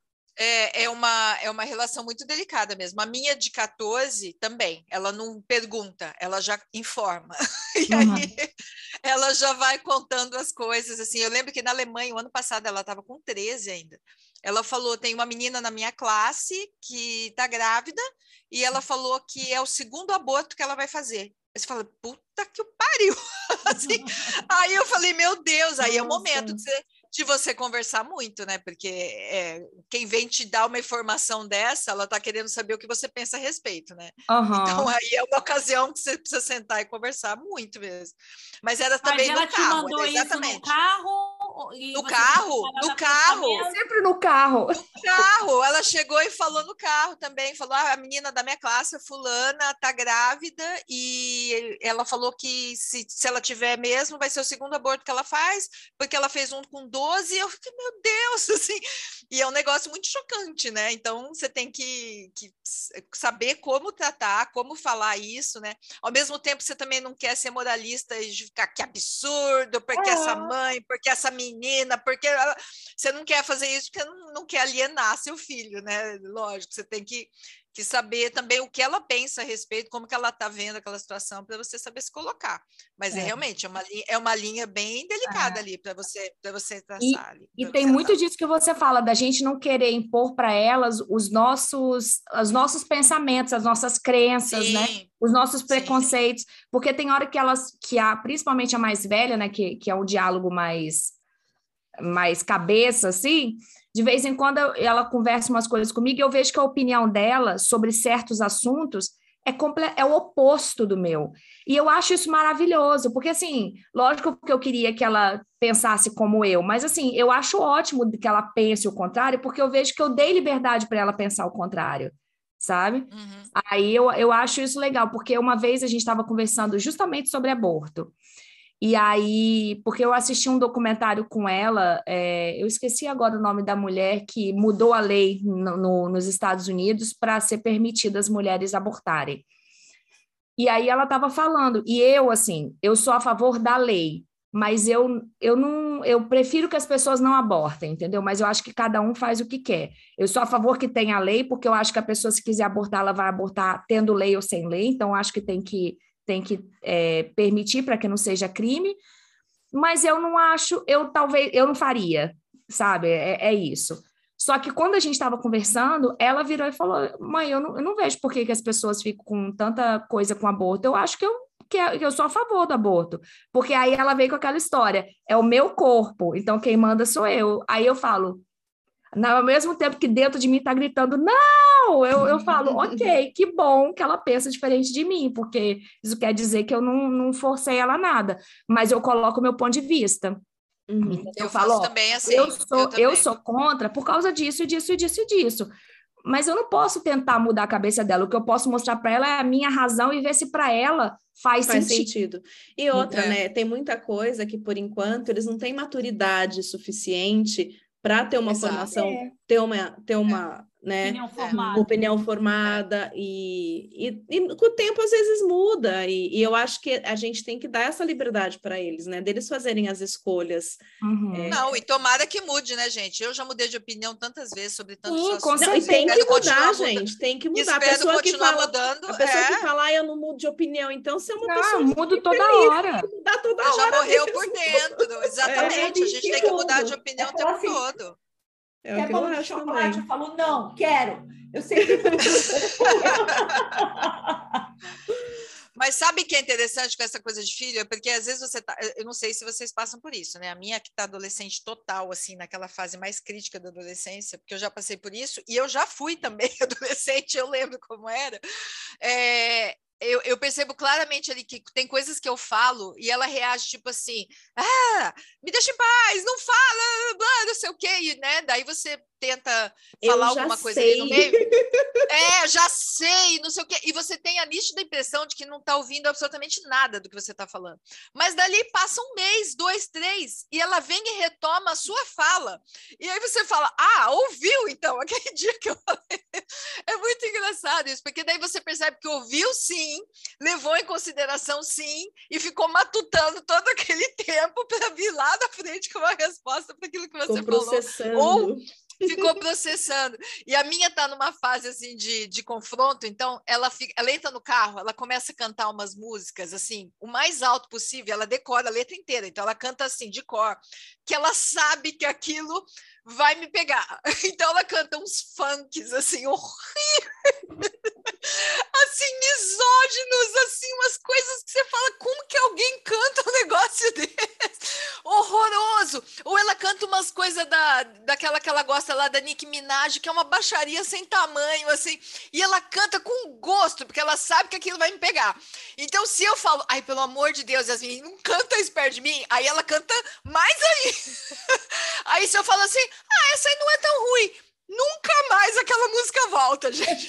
[SPEAKER 8] É uma relação muito delicada mesmo. A minha de 14 também, ela não pergunta, ela já informa. E aí ela já vai contando as coisas. Assim, eu lembro que na Alemanha, o ano passado, ela estava com 13 ainda. Ela falou, tem uma menina na minha classe que está grávida e ela falou que é o 2º aborto que ela vai fazer. Aí você fala, puta que pariu! Assim, aí eu falei, meu Deus, aí é o momento de você conversar muito, né? Porque quem vem te dar uma informação dessa, ela está querendo saber o que você pensa a respeito, né? Então aí é uma ocasião que você precisa sentar e conversar muito mesmo. Mas era também no carro.
[SPEAKER 7] Mas ela te mandou isso no carro
[SPEAKER 8] No carro.
[SPEAKER 4] Sempre no carro.
[SPEAKER 8] No carro. Ela chegou e falou no carro também. Falou, a menina da minha classe, a fulana, tá grávida e ela falou que se ela tiver mesmo, vai ser o segundo aborto que ela faz, porque ela fez um com 12 e eu fiquei, meu Deus, assim. E é um negócio muito chocante, né? Então, você tem que saber como tratar, como falar isso, né? Ao mesmo tempo, você também não quer ser moralista e ficar que absurdo, porque essa mãe, porque essa menina, porque você não quer fazer isso porque não quer alienar seu filho, né? Lógico, você tem que saber também o que ela pensa a respeito, como que ela está vendo aquela situação, para você saber se colocar. Mas realmente é uma linha bem delicada ali para você traçar.
[SPEAKER 4] E tem muito disso que você fala, da gente não querer impor para elas os nossos pensamentos, as nossas crenças, né? Os nossos preconceitos, porque tem hora principalmente a mais velha, né? Que é um diálogo mais cabeça, assim. De vez em quando ela conversa umas coisas comigo e eu vejo que a opinião dela sobre certos assuntos é o oposto do meu. E eu acho isso maravilhoso, porque, assim, lógico que eu queria que ela pensasse como eu, mas, assim, eu acho ótimo que ela pense o contrário, porque eu vejo que eu dei liberdade para ela pensar o contrário, sabe? Aí eu acho isso legal, porque uma vez a gente estava conversando justamente sobre aborto. E aí, porque eu assisti um documentário com ela, eu esqueci agora o nome da mulher que mudou a lei nos Estados Unidos para ser permitido as mulheres abortarem. E aí ela estava falando, e eu sou a favor da lei, mas eu prefiro que as pessoas não abortem, entendeu? Mas eu acho que cada um faz o que quer. Eu sou a favor que tenha lei, porque eu acho que a pessoa, se quiser abortar, ela vai abortar tendo lei ou sem lei, então eu acho que tem que permitir para que não seja crime, mas eu não acho, eu não faria, sabe? É isso. Só que quando a gente estava conversando, ela virou e falou, mãe, eu não vejo por que as pessoas ficam com tanta coisa com aborto, eu acho que eu sou a favor do aborto, porque aí ela veio com aquela história, é o meu corpo, então quem manda sou eu. Aí eu falo, ao mesmo tempo que dentro de mim está gritando, não, eu falo, ok, que bom que ela pensa diferente de mim, porque isso quer dizer que eu não forcei ela nada, mas eu coloco o meu ponto de vista.
[SPEAKER 8] Eu falo, também assim.
[SPEAKER 4] Eu sou contra por causa disso, disso, disso e disso. Mas eu não posso tentar mudar a cabeça dela. O que eu posso mostrar para ela é a minha razão e ver se para ela faz sentido.
[SPEAKER 3] E outra, né? Tem muita coisa que, por enquanto, eles não têm maturidade suficiente para ter uma formação, ter uma né, opinião formada e com o tempo às vezes muda e eu acho que a gente tem que dar essa liberdade para eles, né, deles fazerem as escolhas.
[SPEAKER 8] Não, e tomara que mude, né, gente? Eu já mudei de opinião tantas vezes sobre tantos
[SPEAKER 3] assuntos. Não, e tem que mudar, gente, tem que mudar.
[SPEAKER 8] A pessoa que fala, mudando,
[SPEAKER 3] a pessoa que fala, eu não mudo de opinião, então você é uma pessoa
[SPEAKER 4] mudo toda hora.
[SPEAKER 3] Mudar toda hora.
[SPEAKER 8] Já morreu por dentro, exatamente. A gente tem que mudar de opinião o tempo todo.
[SPEAKER 6] Quer bolo de chocolate? Eu falo, não, quero. Eu sempre...
[SPEAKER 8] Mas sabe o que é interessante com essa coisa de filho? Porque às vezes você tá... Eu não sei se vocês passam por isso, né? A minha que tá adolescente total, assim, naquela fase mais crítica da adolescência, porque eu já passei por isso, e eu já fui também adolescente, eu lembro como era. Eu percebo claramente ali que tem coisas que eu falo e ela reage tipo assim, me deixa em paz, não fala, blá, não sei o quê, né? Daí você tenta falar alguma coisa ali no meio. Já sei, não sei o quê. E você tem a nítida impressão de que não está ouvindo absolutamente nada do que você está falando. Mas dali passa um mês, 2, 3, e ela vem e retoma a sua fala. E aí você fala, ouviu então, aquele dia que eu falei. É muito engraçado isso, porque daí você percebe que ouviu sim, levou em consideração sim, e ficou matutando todo aquele tempo para vir lá na frente com uma resposta para aquilo que você falou. Ou ficou processando. E a minha tá numa fase assim de confronto, então ela entra no carro, ela começa a cantar umas músicas assim, o mais alto possível, ela decora a letra inteira, então ela canta assim de cor, que ela sabe que aquilo vai me pegar. Então ela canta uns funks assim horríveis. Assim, misóginos, assim, umas coisas que você fala, como que alguém canta um negócio desse? Horroroso! Ou ela canta umas coisas da aquela que ela gosta lá da Nicki Minaj, que é uma baixaria sem tamanho, assim, e ela canta com gosto, porque ela sabe que aquilo vai me pegar. Então, se eu falo, ai, pelo amor de Deus, Yasmin, não canta isso perto de mim, aí ela canta mais aí. Aí se eu falo assim, essa aí não é tão ruim, nunca mais aquela música volta, gente.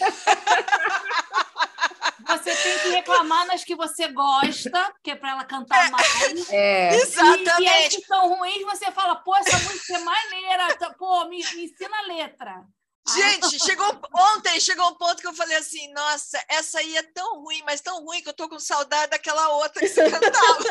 [SPEAKER 7] Você tem que reclamar nas que você gosta, que é para ela cantar mais.
[SPEAKER 8] Exatamente.
[SPEAKER 7] E as que são ruins, você fala, pô, essa música é maneira, pô, me ensina a letra.
[SPEAKER 8] Gente, ontem chegou um ponto que eu falei assim, nossa, essa aí é tão ruim, mas tão ruim que eu tô com saudade daquela outra que você cantava.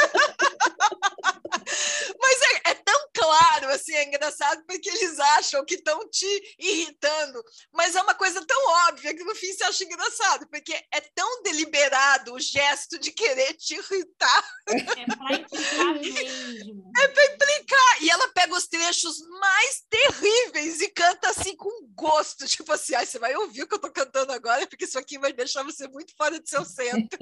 [SPEAKER 8] Mas é tão claro, assim, é engraçado, porque eles acham que estão te irritando, mas é uma coisa tão óbvia que no fim você acha engraçado, porque é tão deliberado o gesto de querer te irritar.
[SPEAKER 7] É para implicar mesmo.
[SPEAKER 8] É para implicar. E ela pega os trechos mais terríveis e canta assim com gosto, tipo assim, você vai ouvir o que eu tô cantando agora, porque isso aqui vai deixar você muito fora do seu centro.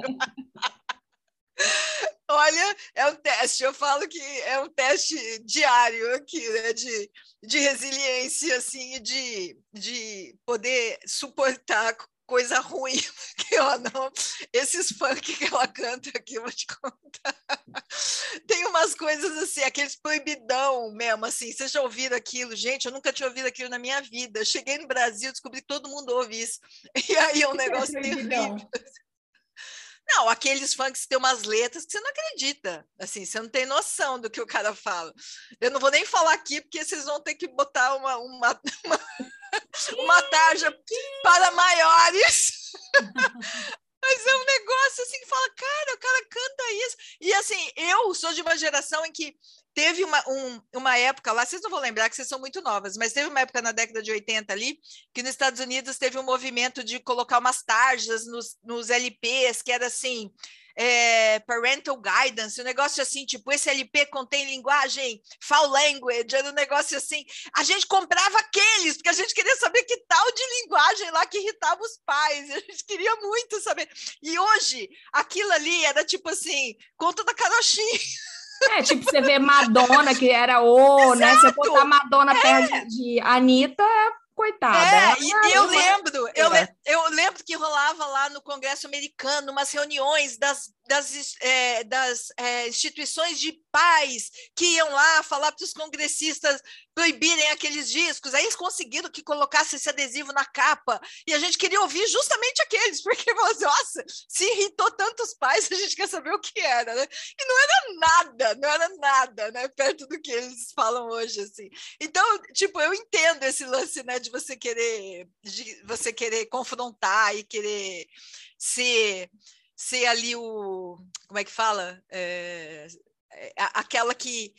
[SPEAKER 8] Olha, é um teste, eu falo que é um teste diário aqui, né, de resiliência, assim, de poder suportar coisa ruim, porque esses funk que ela canta aqui, eu vou te contar, tem umas coisas assim, aqueles proibidão mesmo, assim, vocês já ouviram aquilo? Gente, eu nunca tinha ouvido aquilo na minha vida, eu cheguei no Brasil, descobri que todo mundo ouve isso, e aí é um negócio terrível. Não, aqueles funks que tem umas letras que você não acredita, assim, você não tem noção do que o cara fala. Eu não vou nem falar aqui, porque vocês vão ter que botar uma tarja para maiores. Mas é um negócio assim que fala, cara, o cara canta isso. E assim, eu sou de uma geração em que teve uma época lá, vocês não vão lembrar que vocês são muito novas, mas teve uma época na década de 80 ali, que nos Estados Unidos teve um movimento de colocar umas tarjas nos LPs, que era assim, parental guidance, um negócio assim, tipo, esse LP contém linguagem foul language, era um negócio assim, a gente comprava aqueles, porque a gente queria saber que tal de linguagem lá que irritava os pais, a gente queria muito saber. E hoje, aquilo ali era tipo assim, conta da carochinha.
[SPEAKER 4] Tipo, você vê Madonna, que era né? Você botar Madonna perto de Anitta, coitada.
[SPEAKER 8] Eu lembro que rolava lá no Congresso americano umas reuniões das instituições de pais que iam lá falar para os congressistas proibirem aqueles discos. Aí eles conseguiram que colocasse esse adesivo na capa e a gente queria ouvir justamente aqueles, porque, nossa, se irritou tantos pais, a gente quer saber o que era, né? E não era nada, né? Perto do que eles falam hoje, assim. Então, tipo, eu entendo esse lance, né, de você querer confrontar e querer ser ali como é que fala? Aquela que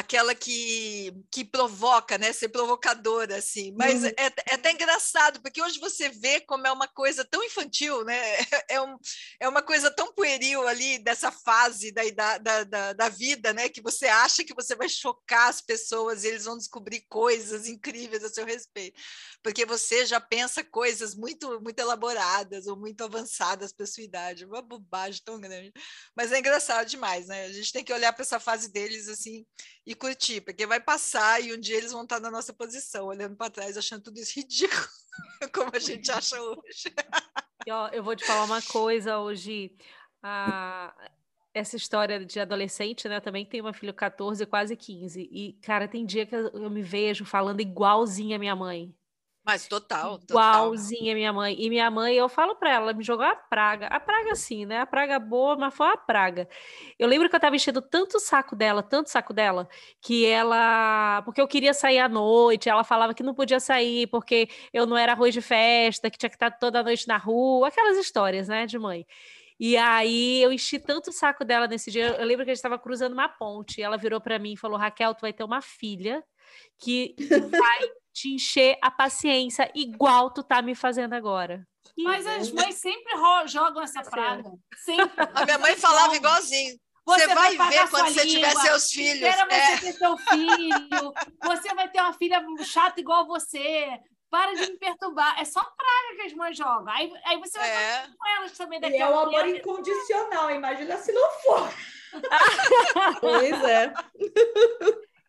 [SPEAKER 8] provoca, né? Ser provocadora, assim. Mas é até engraçado, porque hoje você vê como é uma coisa tão infantil, né? É uma coisa tão pueril ali, dessa fase da vida, né? Que você acha que você vai chocar as pessoas e eles vão descobrir coisas incríveis a seu respeito. Porque você já pensa coisas muito, muito elaboradas ou muito avançadas para a sua idade. Uma bobagem tão grande. Mas é engraçado demais, né? A gente tem que olhar para essa fase deles, assim, e curtir, porque vai passar e um dia eles vão estar na nossa posição, olhando para trás, achando tudo isso ridículo, como a gente acha hoje.
[SPEAKER 1] E, eu vou te falar uma coisa hoje, essa história de adolescente, né, também tem uma filha 14, quase 15, e, cara, tem dia que eu me vejo falando igualzinha a minha mãe.
[SPEAKER 8] Mas total.
[SPEAKER 1] Igualzinha a minha mãe. E minha mãe, eu falo pra ela, me jogou a praga sim, né? A praga boa, mas foi uma praga. Eu lembro que eu tava enchendo tanto saco dela, que porque eu queria sair à noite, ela falava que não podia sair, porque eu não era arroz de festa, que tinha que estar toda noite na rua, aquelas histórias, né, de mãe. E aí eu enchi tanto o saco dela nesse dia, eu lembro que a gente estava cruzando uma ponte, e ela virou para mim e falou, Raquel, tu vai ter uma filha que vai te encher a paciência igual tu tá me fazendo agora.
[SPEAKER 7] Mas as mães sempre jogam essa praga. Sempre.
[SPEAKER 8] A minha mãe falava igualzinho. Você vai ver quando você tiver seus filhos.
[SPEAKER 7] Espera você ter seu filho. Você vai ter uma filha chata igual você. Para de me perturbar. É só praga que as mães jogam. Aí você vai falar com elas também daqui a pouco.
[SPEAKER 6] E é o amor incondicional. Imagina se não for.
[SPEAKER 3] Pois é.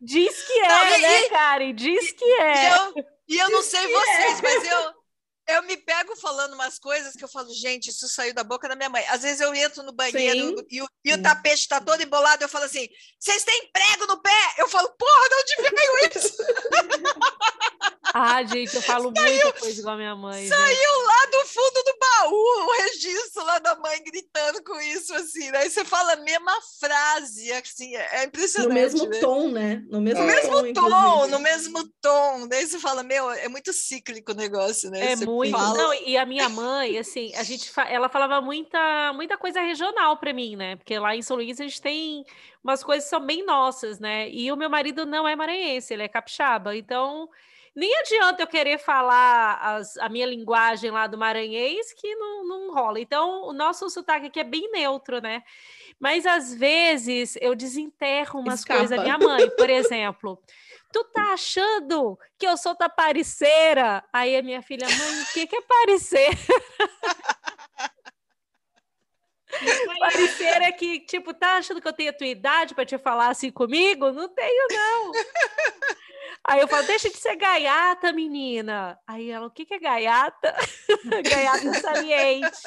[SPEAKER 1] Diz que é, né, Karen? Diz que é.
[SPEAKER 8] E eu não sei vocês, mas eu me pego falando umas coisas que eu falo, gente, isso saiu da boca da minha mãe. Às vezes eu entro no banheiro e o tapete está todo embolado, eu falo assim, vocês têm prego no pé? Eu falo, porra, de onde veio isso?
[SPEAKER 1] Gente, eu falo muita coisa igual a minha mãe.
[SPEAKER 8] Saiu lá do fundo do baú o registro lá da mãe gritando com isso, assim, né? Você fala a mesma frase, assim, é impressionante.
[SPEAKER 3] No mesmo tom, né? No mesmo
[SPEAKER 8] tom. Daí você fala, é muito cíclico o negócio, né?
[SPEAKER 1] É
[SPEAKER 8] você
[SPEAKER 1] muito.
[SPEAKER 8] fala...
[SPEAKER 1] Não, e a minha mãe, assim, ela falava muita coisa regional para mim, né? Porque lá em São Luís a gente tem umas coisas que são bem nossas, né? E o meu marido não é maranhense, ele é capixaba, então nem adianta eu querer falar a minha linguagem lá do maranhês que não rola. Então, o nosso sotaque aqui é bem neutro, né? Mas, às vezes, eu desenterro umas coisas da minha mãe. Por exemplo, tu tá achando que eu sou tapariceira? Aí a minha filha, mãe, o que é parecer? Parecer é que, tipo, tá achando que eu tenho a tua idade para te falar assim comigo? Não tenho, não. Aí eu falo, deixa de ser gaiata, menina. Aí ela, o que é gaiata? Gaiata saliente.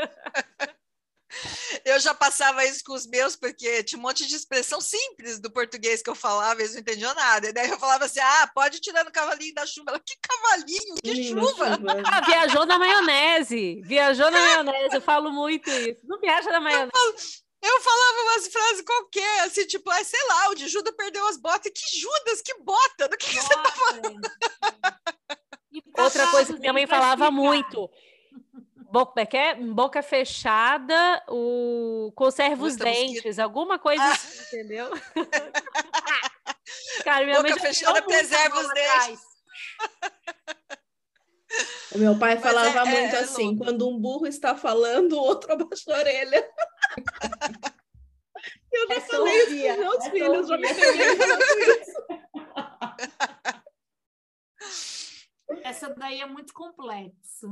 [SPEAKER 8] Eu já passava isso com os meus, porque tinha um monte de expressão simples do português que eu falava, eles não entendiam nada. E daí eu falava assim, pode tirar no cavalinho da chuva. Ela, que cavalinho? Que chuva?
[SPEAKER 1] Viajou na maionese. Eu falo muito isso. Não viaja na maionese.
[SPEAKER 8] Eu falava umas frases qualquer, assim, tipo, sei lá, o de Judas perdeu as botas. Que Judas? Que bota? Do que você tá falando?
[SPEAKER 1] Outra coisa que minha mãe falava muito. Boca fechada, conserva os dentes, alguma coisa assim, entendeu? Cara, minha
[SPEAKER 8] boca fechada preserva os dentes.
[SPEAKER 3] O meu pai falava muito assim, quando um burro está falando, o outro abaixa a orelha. Eu já falei isso com meus filhos, já me peguei falando isso.
[SPEAKER 7] Essa daí é muito complexo.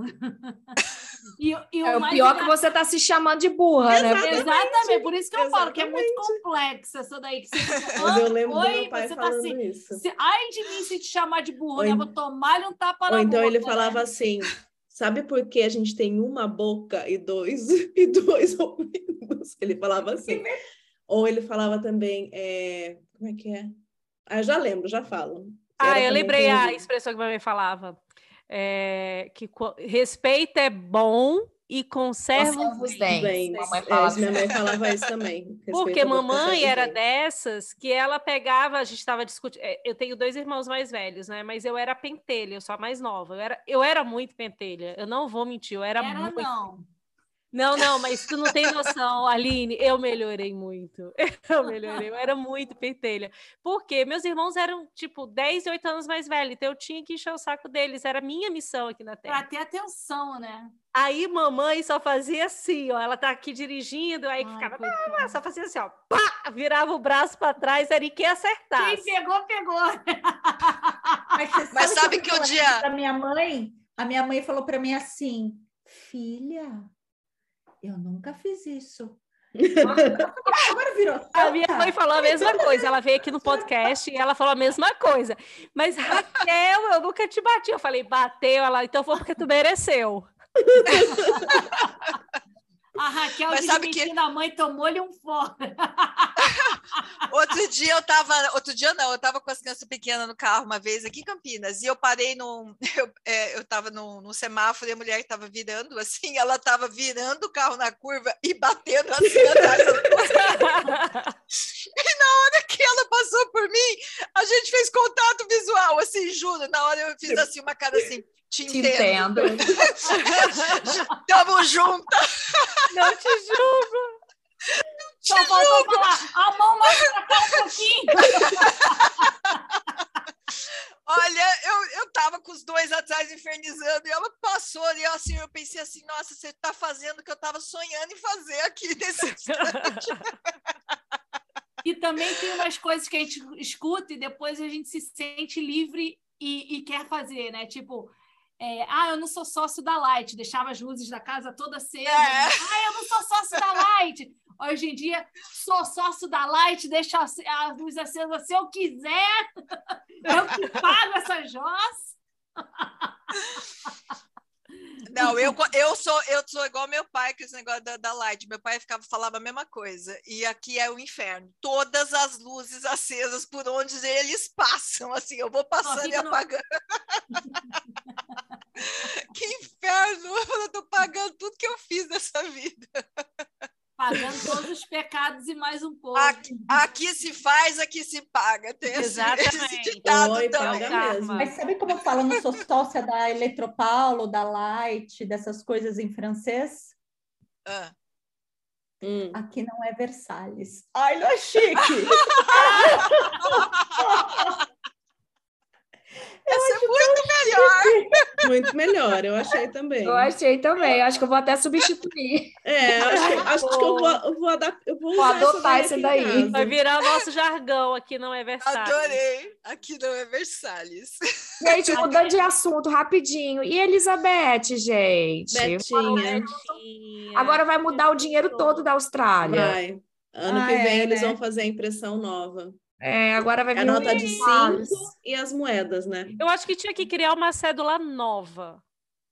[SPEAKER 4] O pior que você está se chamando de burra, né?
[SPEAKER 7] Exatamente, por isso que eu falo que é muito complexo essa daí. Que você
[SPEAKER 3] Mas eu lembro do meu pai falando isso.
[SPEAKER 7] Ai de mim se te chamar de burra, né? Vou tomar-lhe um tapa na boca.
[SPEAKER 3] Ou então ele falava assim, sabe por que a gente tem uma boca e dois ouvidos? Ele falava assim. Ou ele falava também, como é que é? Eu já lembro, já falo.
[SPEAKER 1] Eu lembrei a expressão que minha mãe falava. Que respeito é bom e conserva os dentes.
[SPEAKER 3] Minha mãe falava isso também.
[SPEAKER 1] Porque mamãe era dessas que ela pegava, a gente estava discutindo. Eu tenho 2 irmãos mais velhos, né? Mas eu era pentelha, eu sou a mais nova. Eu era muito pentelha. Eu não vou mentir, eu era muito. Não, mas tu não tem noção, Aline, eu melhorei muito. Eu era muito pentelha. Porque meus irmãos eram, tipo, 10 e 8 anos mais velhos, então eu tinha que encher o saco deles, era minha missão aqui na Terra.
[SPEAKER 7] Pra ter atenção, né?
[SPEAKER 1] Aí mamãe só fazia assim, ó, ela tá aqui dirigindo, aí ficava, só fazia assim, ó, pá, virava o braço para trás, era quem acertasse.
[SPEAKER 7] Quem pegou.
[SPEAKER 3] Mas sabe que o dia... A minha mãe falou para mim assim, filha... Eu nunca fiz isso.
[SPEAKER 1] Agora virou. A minha mãe falou a mesma coisa. Ela veio aqui no podcast e ela falou a mesma coisa. Mas, Raquel, eu nunca te bati. Eu falei, bateu. Ela, então foi porque tu mereceu.
[SPEAKER 7] A Raquel desmentindo a mãe, tomou-lhe um fora.
[SPEAKER 8] Outro dia eu tava com as crianças pequenas no carro uma vez aqui em Campinas, e eu parei eu tava num semáforo e a mulher estava virando assim, ela estava virando o carro na curva e batendo assim atrás. E na hora que ela passou por mim, a gente fez contato visual, assim, juro, na hora eu fiz assim uma cara assim, te entendo. Tamo junta.
[SPEAKER 1] Não te julgo.
[SPEAKER 7] Só faltou falar, a mão mais pra cá um pouquinho.
[SPEAKER 8] Olha, eu tava com os 2 atrás infernizando e ela passou e eu pensei assim, nossa, você tá fazendo o que eu tava sonhando em fazer aqui nesse instante.
[SPEAKER 7] E também tem umas coisas que a gente escuta e depois a gente se sente livre e quer fazer, né? Tipo... eu não sou sócio da Light, deixava as luzes da casa toda acesa. Eu não sou sócio da Light. Hoje em dia, sou sócio da Light, deixa a luz acesa se eu quiser. Eu que pago essa jossa.
[SPEAKER 8] Não, eu sou igual meu pai, com esse negócio da Light. Meu pai falava a mesma coisa. E aqui é o inferno. Todas as luzes acesas por onde eles passam. Assim, eu vou passando e apagando. Que inferno! Eu estou pagando tudo que eu fiz nessa vida.
[SPEAKER 7] Pagando todos os pecados e mais um pouco.
[SPEAKER 8] Aqui se faz, aqui se paga. Tem esse ditado também.
[SPEAKER 6] Mas sabe como fala? Não sou sócia da Eletropaulo, da Light, dessas coisas em francês? Aqui não é Versalhes. Ai, não é chique!
[SPEAKER 8] Essa é muito melhor.
[SPEAKER 3] Muito melhor, eu achei também.
[SPEAKER 4] Eu achei também, acho que eu vou até substituir.
[SPEAKER 3] Acho que eu vou
[SPEAKER 4] adotar esse daí.
[SPEAKER 1] Vai virar o nosso jargão, aqui não é Versalhes.
[SPEAKER 8] Adorei, aqui não é Versalhes.
[SPEAKER 4] Gente, mudando de assunto rapidinho. E Elizabeth, gente?
[SPEAKER 3] Betinha.
[SPEAKER 4] Agora vai mudar o dinheiro todo da Austrália.
[SPEAKER 3] Vai. Ano que vem eles vão fazer a impressão nova.
[SPEAKER 4] Agora vai vir
[SPEAKER 3] a nota de 5 e as moedas, né?
[SPEAKER 1] Eu acho que tinha que criar uma cédula nova.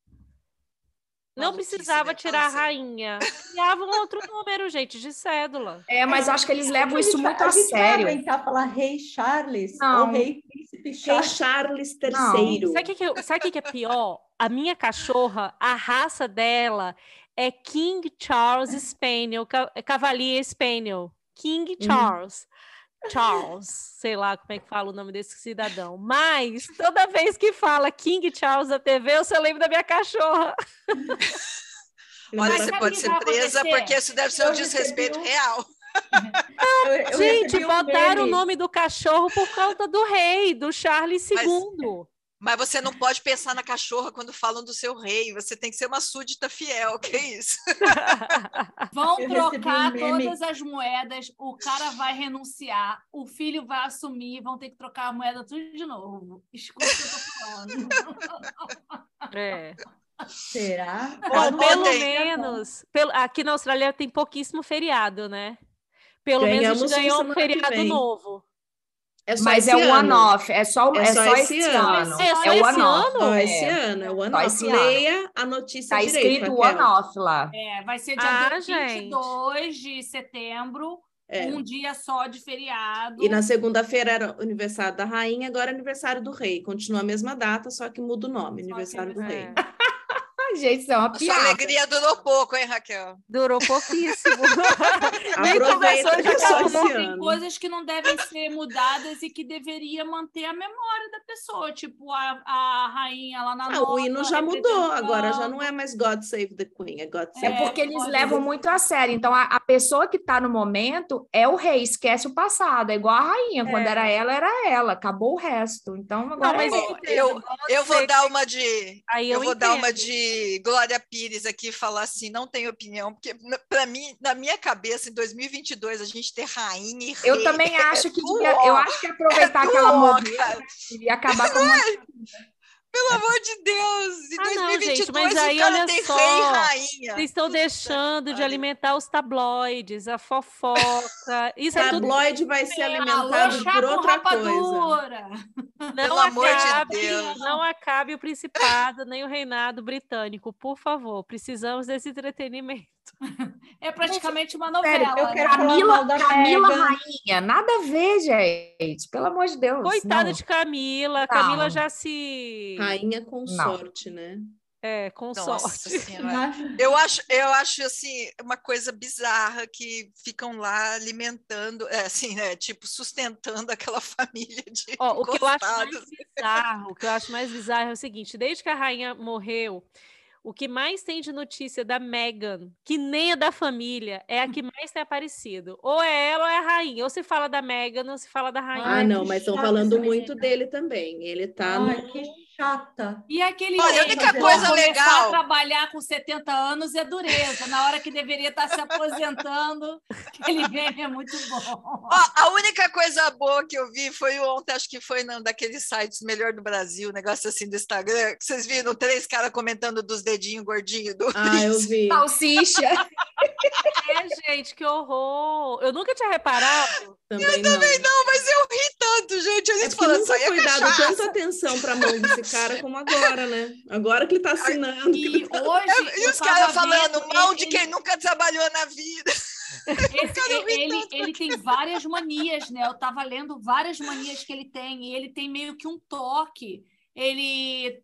[SPEAKER 1] Não precisava tirar a rainha. Criava um outro número, gente, de cédula.
[SPEAKER 4] Mas acho que eles levam isso muito a sério.
[SPEAKER 6] Vai tentar falar Rei Charles ou Rei Príncipe Charles?
[SPEAKER 3] Rei Charles III.
[SPEAKER 1] Sabe o que é pior? A minha cachorra, a raça dela é King Charles Spaniel, Cavalier Spaniel. King Charles. Charles, sei lá como é que fala o nome desse cidadão, mas toda vez que fala King Charles na TV, eu só lembro da minha cachorra.
[SPEAKER 8] Olha, você pode ser presa porque isso deve ser um desrespeito real.
[SPEAKER 1] Gente, botaram o nome do cachorro por causa do rei, do Charles II.
[SPEAKER 8] Mas você não pode pensar na cachorra quando falam do seu rei. Você tem que ser uma súdita fiel, que é isso?
[SPEAKER 7] Vão trocar todas as moedas, o cara vai renunciar, o filho vai assumir, vão ter que trocar a moeda tudo de novo. Escuta o que eu tô falando.
[SPEAKER 6] Será?
[SPEAKER 1] Pelo menos, aqui na Austrália tem pouquíssimo feriado, né? Pelo menos a gente ganhou um feriado novo.
[SPEAKER 4] Mas é um one-off, é só esse ano.
[SPEAKER 1] É só esse ano?
[SPEAKER 3] Só esse ano, é one-off. Leia a notícia
[SPEAKER 4] direito. Tá escrito one-off lá.
[SPEAKER 7] Vai ser dia 22 de setembro, um dia só de feriado.
[SPEAKER 3] E na segunda-feira era o aniversário da rainha, agora é aniversário do rei. Continua a mesma data, só que muda o nome, aniversário do rei.
[SPEAKER 4] Gente, isso é uma piada.
[SPEAKER 8] Sua alegria durou pouco, hein, Raquel?
[SPEAKER 1] Durou pouquíssimo.
[SPEAKER 3] Aproveita que é só esse ano.
[SPEAKER 7] Tem coisas que não devem ser mudadas e que deveria manter a memória da pessoa, tipo a rainha lá na nota.
[SPEAKER 3] O hino já mudou, agora já não é mais God Save the Queen, é God Save
[SPEAKER 4] É porque eles levam muito a sério. Então, a pessoa que está no momento é o rei, esquece o passado. É igual a rainha, quando era ela, acabou o resto. Então, agora
[SPEAKER 8] eu vou dar uma de... Eu vou dar uma de Glória Pires aqui, falar assim, não tenho opinião, porque para mim, na minha cabeça, em 2022, a gente ter rainha e rei...
[SPEAKER 4] Eu também acho que eu acho que aproveitar que ela morreu e acabar com
[SPEAKER 8] Pelo amor de Deus! Em 2022,
[SPEAKER 1] gente, mas aí,
[SPEAKER 8] o cara
[SPEAKER 1] olha
[SPEAKER 8] tem
[SPEAKER 1] só,
[SPEAKER 8] rei e rainha.
[SPEAKER 1] Vocês estão deixando de alimentar os tabloides, a fofoca. Isso
[SPEAKER 3] tabloide vai ser alimentado por outra coisa.
[SPEAKER 8] Pelo amor de Deus.
[SPEAKER 1] Não acabe o Principado, nem o Reinado Britânico. Por favor, precisamos desse entretenimento.
[SPEAKER 7] É praticamente uma novela.
[SPEAKER 6] Eu quero
[SPEAKER 4] Camila Rainha, nada a ver, gente. Pelo amor de Deus.
[SPEAKER 1] Coitada de Camila. Camila já se...
[SPEAKER 3] Rainha consorte, né?
[SPEAKER 1] Consorte.
[SPEAKER 8] Eu acho assim uma coisa bizarra que ficam lá alimentando, assim, né? Tipo, sustentando aquela família de
[SPEAKER 1] o que eu acho mais bizarro é o seguinte: desde que a rainha morreu, o que mais tem de notícia da Meghan, que nem é da família, é a que mais tem aparecido. Ou é ela ou é a rainha. Ou se fala da Meghan ou se fala da rainha.
[SPEAKER 3] Não, mas estão falando muito dele também. Ele tá
[SPEAKER 6] que chata.
[SPEAKER 7] E aquele
[SPEAKER 8] a única coisa legal
[SPEAKER 7] a trabalhar com 70 anos é dureza. Na hora que deveria estar se aposentando, ele vem, é muito bom.
[SPEAKER 8] A única coisa boa que eu vi foi ontem, acho que foi daqueles sites Melhor do Brasil, negócio assim do Instagram, que vocês viram 3 caras comentando dos dedinhos gordinhos do
[SPEAKER 3] eu vi.
[SPEAKER 4] Salsicha.
[SPEAKER 1] Gente, que horror! Eu nunca tinha reparado.
[SPEAKER 8] Eu também não, mas eu ri tanto, gente. A gente falando,
[SPEAKER 3] nunca foi dado tanta atenção para a mão desse cara como agora, né? Agora que ele está assinando.
[SPEAKER 7] E hoje.
[SPEAKER 8] E os caras falando mão de quem nunca trabalhou na vida.
[SPEAKER 7] Ele tem várias manias, né? Eu estava lendo várias manias que ele tem, e ele tem meio que um toque. Ele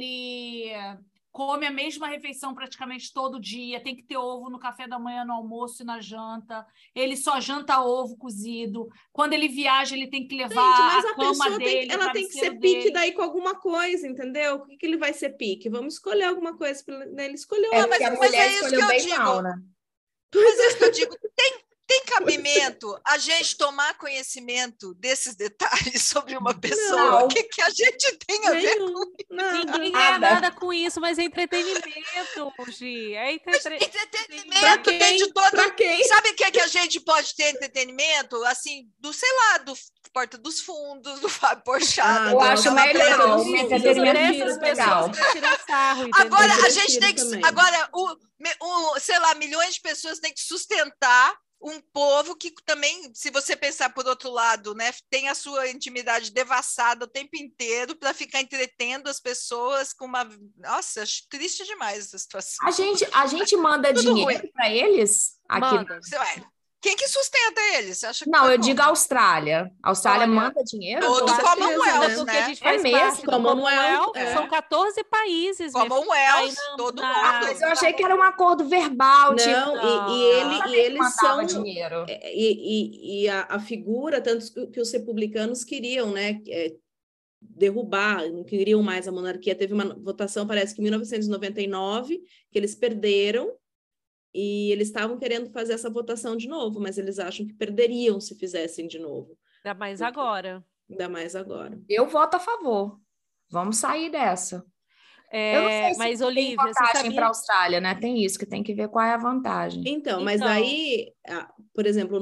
[SPEAKER 7] come a mesma refeição praticamente todo dia, tem que ter ovo no café da manhã, no almoço e na janta. Ele só janta ovo cozido. Quando ele viaja, ele tem que levar a cama dele.
[SPEAKER 3] Ela tem que ser pique daí com alguma coisa, entendeu? O que ele vai ser pique? Vamos escolher alguma coisa para ele escolher.
[SPEAKER 4] Mas a mulher escolheu bem mal, né?
[SPEAKER 8] Mas é isso que eu digo. Tem cabimento a gente tomar conhecimento desses detalhes sobre uma pessoa?
[SPEAKER 3] Não.
[SPEAKER 8] O que a gente tem a ver com isso?
[SPEAKER 1] Ninguém ganha nada com isso, mas é entretenimento, Gi. É
[SPEAKER 8] entretenimento. Tem de todo... Sabe o que a gente pode ter entretenimento? Assim, sei lá, do Porta dos Fundos, do Fábio Porchat.
[SPEAKER 4] Eu acho melhor. O
[SPEAKER 1] entretenimento legal.
[SPEAKER 8] Agora, a gente tem que... Agora, sei lá, milhões de pessoas têm que sustentar um povo que também, se você pensar por outro lado, né, tem a sua intimidade devassada o tempo inteiro para ficar entretendo as pessoas com uma... Nossa, acho triste demais essa situação.
[SPEAKER 4] A gente manda dinheiro para eles?
[SPEAKER 1] Manda.
[SPEAKER 8] Quem que sustenta eles? Você acha que
[SPEAKER 4] não, eu digo a Austrália. A Austrália manda dinheiro?
[SPEAKER 8] Todo Commonwealth,
[SPEAKER 1] né? A gente faz parte do Commonwealth. São 14 países.
[SPEAKER 8] Commonwealth, todo mundo.
[SPEAKER 4] Mas eu achei que era um acordo verbal.
[SPEAKER 3] Não, e eles são...
[SPEAKER 4] dinheiro.
[SPEAKER 3] E a figura, tanto que os republicanos queriam, né, derrubar, não queriam mais a monarquia. Teve uma votação, parece que em 1999, que eles perderam, e eles estavam querendo fazer essa votação de novo, mas eles acham que perderiam se fizessem de novo.
[SPEAKER 1] Ainda mais agora.
[SPEAKER 4] Eu voto a favor. Vamos sair dessa.
[SPEAKER 1] Eu não sei se mas, Olivia,
[SPEAKER 4] tem vantagem para a Austrália, né? Tem isso, que tem que ver qual é a vantagem.
[SPEAKER 3] Então, mas daí, por exemplo,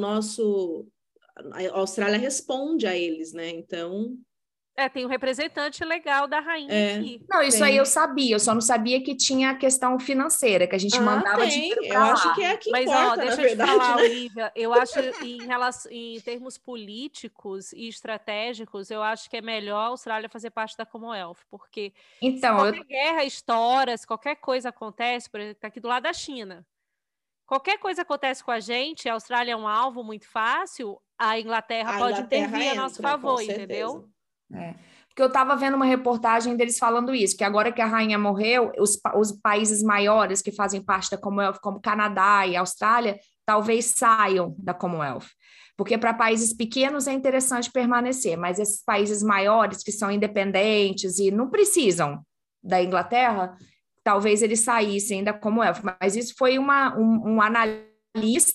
[SPEAKER 3] a Austrália responde a eles, né? Então...
[SPEAKER 1] tem um representante legal da rainha aqui.
[SPEAKER 4] Não, isso aí eu sabia, eu só não sabia que tinha a questão financeira, que a gente mandava dinheiro para lá.
[SPEAKER 3] Eu acho que é aqui.
[SPEAKER 1] Mas,
[SPEAKER 3] importa,
[SPEAKER 1] deixa eu te falar, Olivia, eu acho, em termos políticos e estratégicos, eu acho que é melhor a Austrália fazer parte da Commonwealth, porque se qualquer guerra estoura, se qualquer coisa acontece, por exemplo, está aqui do lado da China, qualquer coisa acontece com a gente, a Austrália é um alvo muito fácil, a Inglaterra pode intervir a nosso favor, entendeu?
[SPEAKER 4] Porque eu estava vendo uma reportagem deles falando isso, que agora que a rainha morreu, os países maiores que fazem parte da Commonwealth, como Canadá e Austrália, talvez saiam da Commonwealth. Porque para países pequenos é interessante permanecer, mas esses países maiores que são independentes e não precisam da Inglaterra, talvez eles saíssem da Commonwealth. Mas isso foi um analista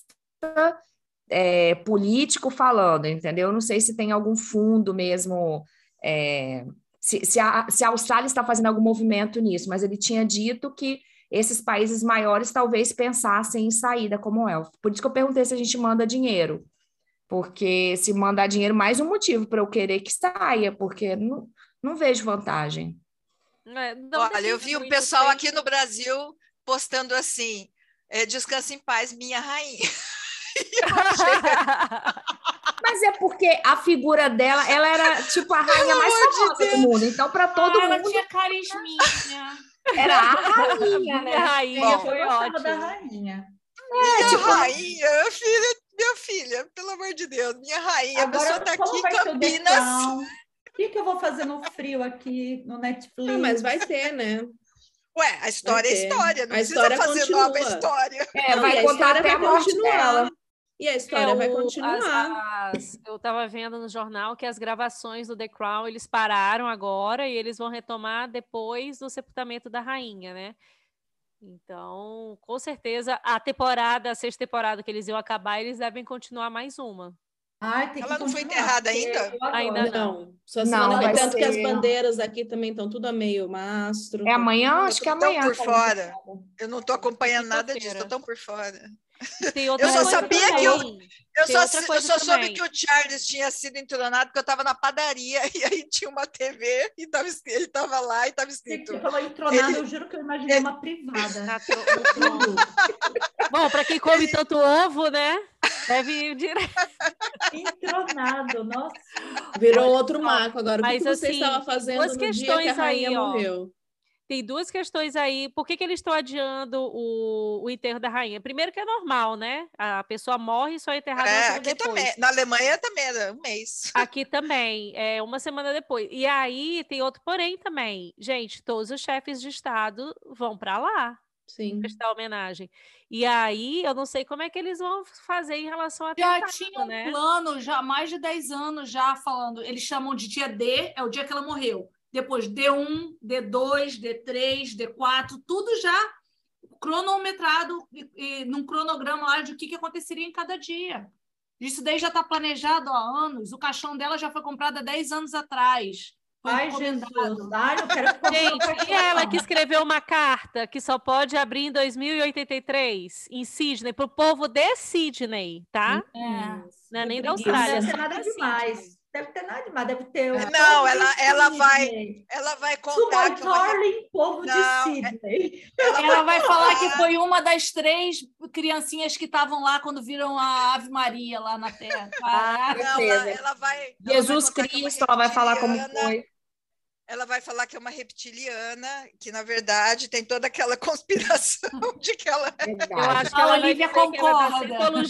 [SPEAKER 4] político falando, entendeu? Eu não sei se tem algum fundo mesmo... Se a Austrália está fazendo algum movimento nisso, mas ele tinha dito que esses países maiores talvez pensassem em sair da Commonwealth. Por isso que eu perguntei se a gente manda dinheiro, porque se mandar dinheiro, mais um motivo para eu querer que saia, porque não vejo vantagem.
[SPEAKER 8] Olha, eu vi um pessoal aqui no Brasil postando assim, descansa em paz, minha rainha.
[SPEAKER 4] Mas é porque a figura dela, ela era tipo a rainha mais famosa do mundo. Então, para todo mundo...
[SPEAKER 7] Ela tinha carisminha.
[SPEAKER 4] Era a rainha, né?
[SPEAKER 1] A rainha foi ótima.
[SPEAKER 6] Da rainha.
[SPEAKER 8] Rainha, minha filha, pelo amor de Deus, minha rainha.
[SPEAKER 6] Agora,
[SPEAKER 8] a pessoa tá aqui em Campinas.
[SPEAKER 6] O que eu vou fazer no frio aqui no Netflix?
[SPEAKER 3] Mas vai ter, né?
[SPEAKER 8] Ué, a história é história, não precisa fazer nova história.
[SPEAKER 4] Vai contar até a morte dela.
[SPEAKER 3] E a história vai continuar.
[SPEAKER 1] Eu estava vendo no jornal que as gravações do The Crown, eles pararam agora e eles vão retomar depois do sepultamento da rainha, né? Então, com certeza, a sexta temporada que eles iam acabar, eles devem continuar mais uma.
[SPEAKER 8] Ela não foi enterrada ainda?
[SPEAKER 1] Ainda não.
[SPEAKER 3] Só semana que tanto que as bandeiras aqui também estão tudo a meio mastro.
[SPEAKER 4] É amanhã? Acho que é amanhã.
[SPEAKER 8] Por fora. Eu não estou acompanhando nada disso, estou tão por fora. Eu só sabia que eu só soube que o Charles tinha sido entronado porque eu estava na padaria e aí tinha uma TV e ele estava lá e estava escrito.
[SPEAKER 6] Você falou entronado, eu juro que eu imaginei uma privada.
[SPEAKER 1] Bom, para quem come tanto ovo, né? Deve ir direto.
[SPEAKER 6] Entronado, nossa.
[SPEAKER 3] Virou outro marco agora. O que você
[SPEAKER 1] assim,
[SPEAKER 3] estava fazendo no dia que a rainha morreu?
[SPEAKER 1] Tem duas questões aí. Por que eles estão adiando o enterro da rainha? Primeiro que é normal, né? A pessoa morre e só é enterrada uma semana
[SPEAKER 8] aqui
[SPEAKER 1] depois.
[SPEAKER 8] Também. Na Alemanha também era um mês.
[SPEAKER 1] Aqui também, uma semana depois. E aí tem outro porém também. Gente, todos os chefes de Estado vão para lá.
[SPEAKER 3] Sim.
[SPEAKER 1] Prestar homenagem. E aí, eu não sei como é que eles vão fazer em relação a
[SPEAKER 7] já tinha um plano, já há mais de 10 anos já falando. Eles chamam de dia D, é o dia que ela morreu. Depois D1, D2, D3, D4, tudo já cronometrado e num cronograma lá de o que aconteceria em cada dia. Isso daí já está planejado há anos. O caixão dela já foi comprado há 10 anos atrás.
[SPEAKER 6] Ai, Jesus. Ai, eu quero que
[SPEAKER 1] gente, e ela que escreveu uma carta que só pode abrir em 2083 em Sydney, para o povo de Sydney, tá? Não é nem da Austrália.
[SPEAKER 6] Não deve ter nada demais. Deve ter nada demais, deve ter...
[SPEAKER 8] Não, ela vai contar...
[SPEAKER 6] Darling, povo de Sydney.
[SPEAKER 7] Ela vai falar que foi uma das 3 criancinhas que estavam lá quando viram a Ave Maria lá na Terra.
[SPEAKER 8] Não, ela vai...
[SPEAKER 4] Jesus Cristo, ela vai falar como foi.
[SPEAKER 8] Ela vai falar que é uma reptiliana, que, na verdade, tem toda aquela conspiração de que ela...
[SPEAKER 1] Eu acho que a Olivia concorda.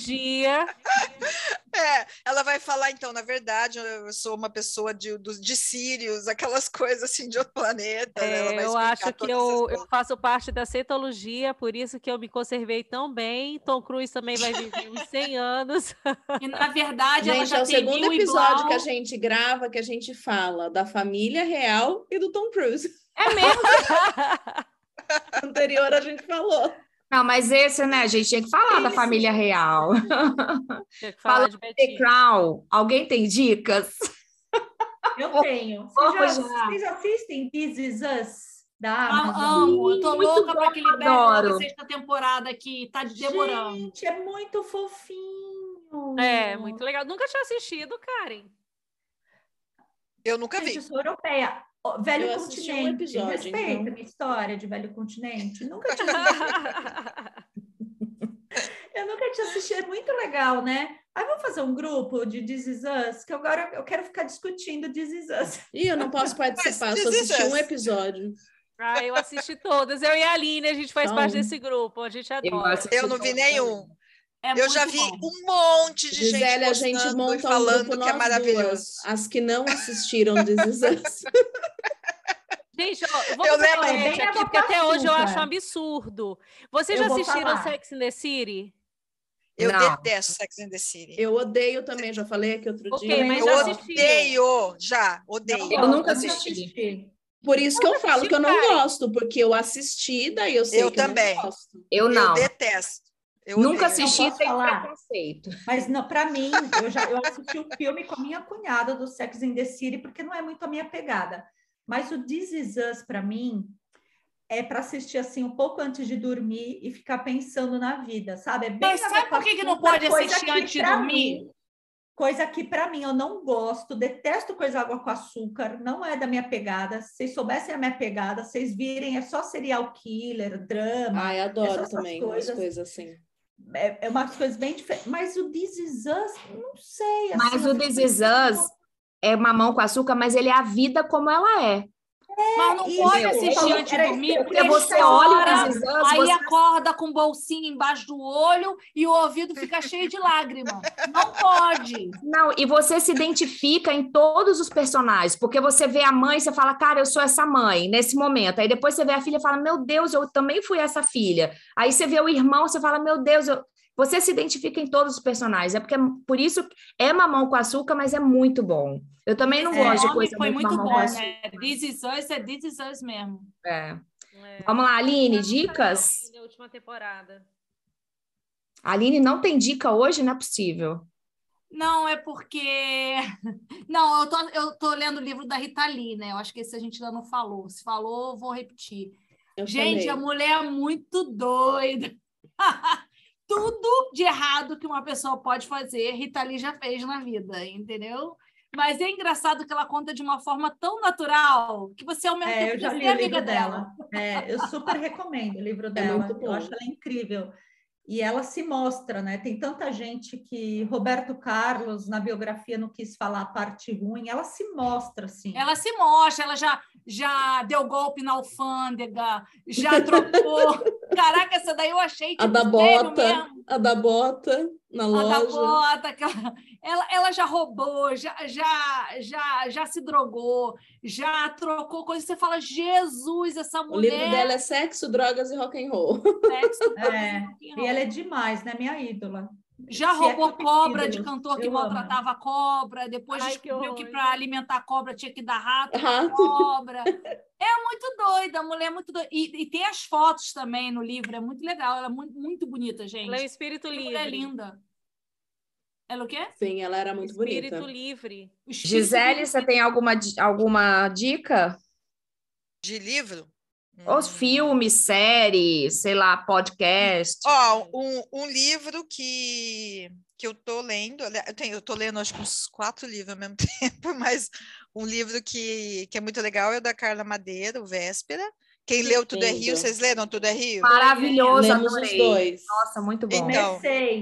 [SPEAKER 8] Ela vai falar, então, na verdade, eu sou uma pessoa de Sírios, aquelas coisas assim de outro planeta. Né?
[SPEAKER 1] Eu acho que eu faço parte da cetologia, por isso que eu me conservei tão bem. Tom Cruise também vai viver uns 100 anos.
[SPEAKER 7] E, na verdade,
[SPEAKER 3] gente,
[SPEAKER 7] ela já
[SPEAKER 3] é o segundo episódio que a gente grava, que a gente fala da família real e do Tom Cruise.
[SPEAKER 4] É mesmo?
[SPEAKER 3] Anterior a gente falou.
[SPEAKER 4] Não, mas esse, né, a gente tinha que falar da família real. Fala de The Crown. Alguém tem dicas?
[SPEAKER 6] Eu tenho. Vocês assistem This Is Us? Da Amazon?
[SPEAKER 7] Amo, eu tô louca para que libere a 6ª temporada que tá demorando.
[SPEAKER 6] Gente, é muito fofinho.
[SPEAKER 1] É, muito legal. Nunca tinha assistido, Karen.
[SPEAKER 8] Eu nunca vi.
[SPEAKER 6] Eu sou europeia. Velho
[SPEAKER 3] eu
[SPEAKER 6] Continente.
[SPEAKER 3] Um episódio,
[SPEAKER 6] respeita
[SPEAKER 3] então.
[SPEAKER 6] Minha história de Velho Continente. Nunca tinha assistido. Eu nunca tinha assistido. É muito legal, né? Aí vamos fazer um grupo de This Is Us, que agora eu quero ficar discutindo This Is Us.
[SPEAKER 3] Ih, eu não posso participar, só assisti um episódio.
[SPEAKER 1] Eu assisti todas. Eu e a Aline, a gente faz parte desse grupo. A gente adora.
[SPEAKER 8] Eu não vi nenhum. Eu já vi um monte de gente
[SPEAKER 3] a gente monta
[SPEAKER 8] falando
[SPEAKER 3] um grupo,
[SPEAKER 8] que é maravilhoso.
[SPEAKER 3] As que não assistiram This Is Us.
[SPEAKER 1] Gente, eu vou fazer uma aqui, porque até hoje eu acho um absurdo. Vocês já assistiram Sex and the City?
[SPEAKER 8] Eu detesto Sex and the City.
[SPEAKER 3] Eu odeio também, já falei aqui outro dia.
[SPEAKER 1] Mas
[SPEAKER 8] odeio.
[SPEAKER 4] Eu nunca assisti.
[SPEAKER 3] Por isso que eu falo que eu não gosto, porque eu assisti, daí eu sei que eu não gosto.
[SPEAKER 4] Eu não.
[SPEAKER 8] Eu detesto.
[SPEAKER 4] Nunca assisti, tem preconceito.
[SPEAKER 6] Mas para mim, eu assisti o filme com a minha cunhada do Sex and the City, porque não é muito a minha pegada. Mas o This Is Us, para mim, é para assistir assim um pouco antes de dormir e ficar pensando na vida, sabe?
[SPEAKER 7] Mas sabe por que não pode assistir antes de dormir?
[SPEAKER 6] Coisa que, para mim, eu não gosto, detesto coisa água com açúcar, não é da minha pegada. Se vocês soubessem a minha pegada, vocês virem, é só serial killer, drama.
[SPEAKER 3] Ai, adoro também umas coisas assim.
[SPEAKER 6] É umas coisas bem diferentes. Mas o This Is Us, não sei. Assim,
[SPEAKER 4] mas o This Is Us é mamão com açúcar, mas ele é a vida como ela é.
[SPEAKER 7] Mas não pode assistir antes de dormir,
[SPEAKER 4] porque você olha o This Is Us,
[SPEAKER 7] aí acorda com bolsinha embaixo do olho e o ouvido fica cheio de lágrima. Não pode.
[SPEAKER 4] Não, e você se identifica em todos os personagens, porque você vê a mãe e você fala, cara, eu sou essa mãe, nesse momento. Aí depois você vê a filha e fala, meu Deus, eu também fui essa filha. Aí você vê o irmão, você fala, meu Deus, você se identifica em todos os personagens. É porque por isso é mamão com açúcar, mas é muito bom. Eu também não gosto de coisa
[SPEAKER 7] foi muito
[SPEAKER 4] mamão
[SPEAKER 7] bom,
[SPEAKER 4] com açúcar.
[SPEAKER 7] Né? This Is Us é This Is Us mesmo.
[SPEAKER 4] Vamos lá, Aline, dicas?
[SPEAKER 1] Na última temporada.
[SPEAKER 4] A Aline não tem dica hoje? Não é possível.
[SPEAKER 7] Não, é porque... Não, eu tô lendo o livro da Rita Lee, né? Eu acho que esse a gente ainda não falou. Se falou, eu vou repetir. Gente, a mulher é muito doida. tudo de errado que uma pessoa pode fazer, Rita Lee já fez na vida, entendeu? Mas é engraçado que ela conta de uma forma tão natural que você ao mesmo tempo
[SPEAKER 6] eu já li o livro dela. Eu super recomendo o livro dela. Eu acho ela incrível. E ela se mostra, né? Tem tanta gente que Roberto Carlos, na biografia, não quis falar a parte ruim. Ela se mostra, assim.
[SPEAKER 7] Ela se mostra, ela já deu golpe na alfândega, já trocou. Caraca, essa daí eu achei tipo,
[SPEAKER 3] a da bota na loja.
[SPEAKER 7] A da bota, ela já roubou, já se drogou, já trocou coisas. Você fala, Jesus, essa mulher...
[SPEAKER 3] O livro dela é Sexo, Drogas e Rock and Roll.
[SPEAKER 7] Sexo, drogas e rock and roll.
[SPEAKER 6] E ela é demais, né? Minha ídola.
[SPEAKER 7] Já roubou cobra de cantor que maltratava a cobra, depois descobriu que para alimentar a cobra tinha que dar rato para cobra. É muito doida, a mulher é muito doida. E tem as fotos também no livro, é muito legal, ela é muito, muito bonita, gente.
[SPEAKER 1] Ela é um espírito livre.
[SPEAKER 7] Ela é linda. Ela o quê?
[SPEAKER 3] Sim, ela era muito bonita.
[SPEAKER 1] Espírito livre.
[SPEAKER 4] Gisele, você tem alguma dica?
[SPEAKER 8] De livro?
[SPEAKER 4] Os filmes, séries, sei lá, podcast.
[SPEAKER 8] Um livro que eu tô lendo, eu tô lendo acho que uns 4 livros ao mesmo tempo, mas um livro que é muito legal é o da Carla Madeira, o Véspera. Quem leu Tudo é Rio, vocês leram Tudo é Rio?
[SPEAKER 4] Maravilhoso,
[SPEAKER 3] lemos
[SPEAKER 4] adorei.
[SPEAKER 3] Os dois.
[SPEAKER 4] Nossa, muito bom.
[SPEAKER 8] Então,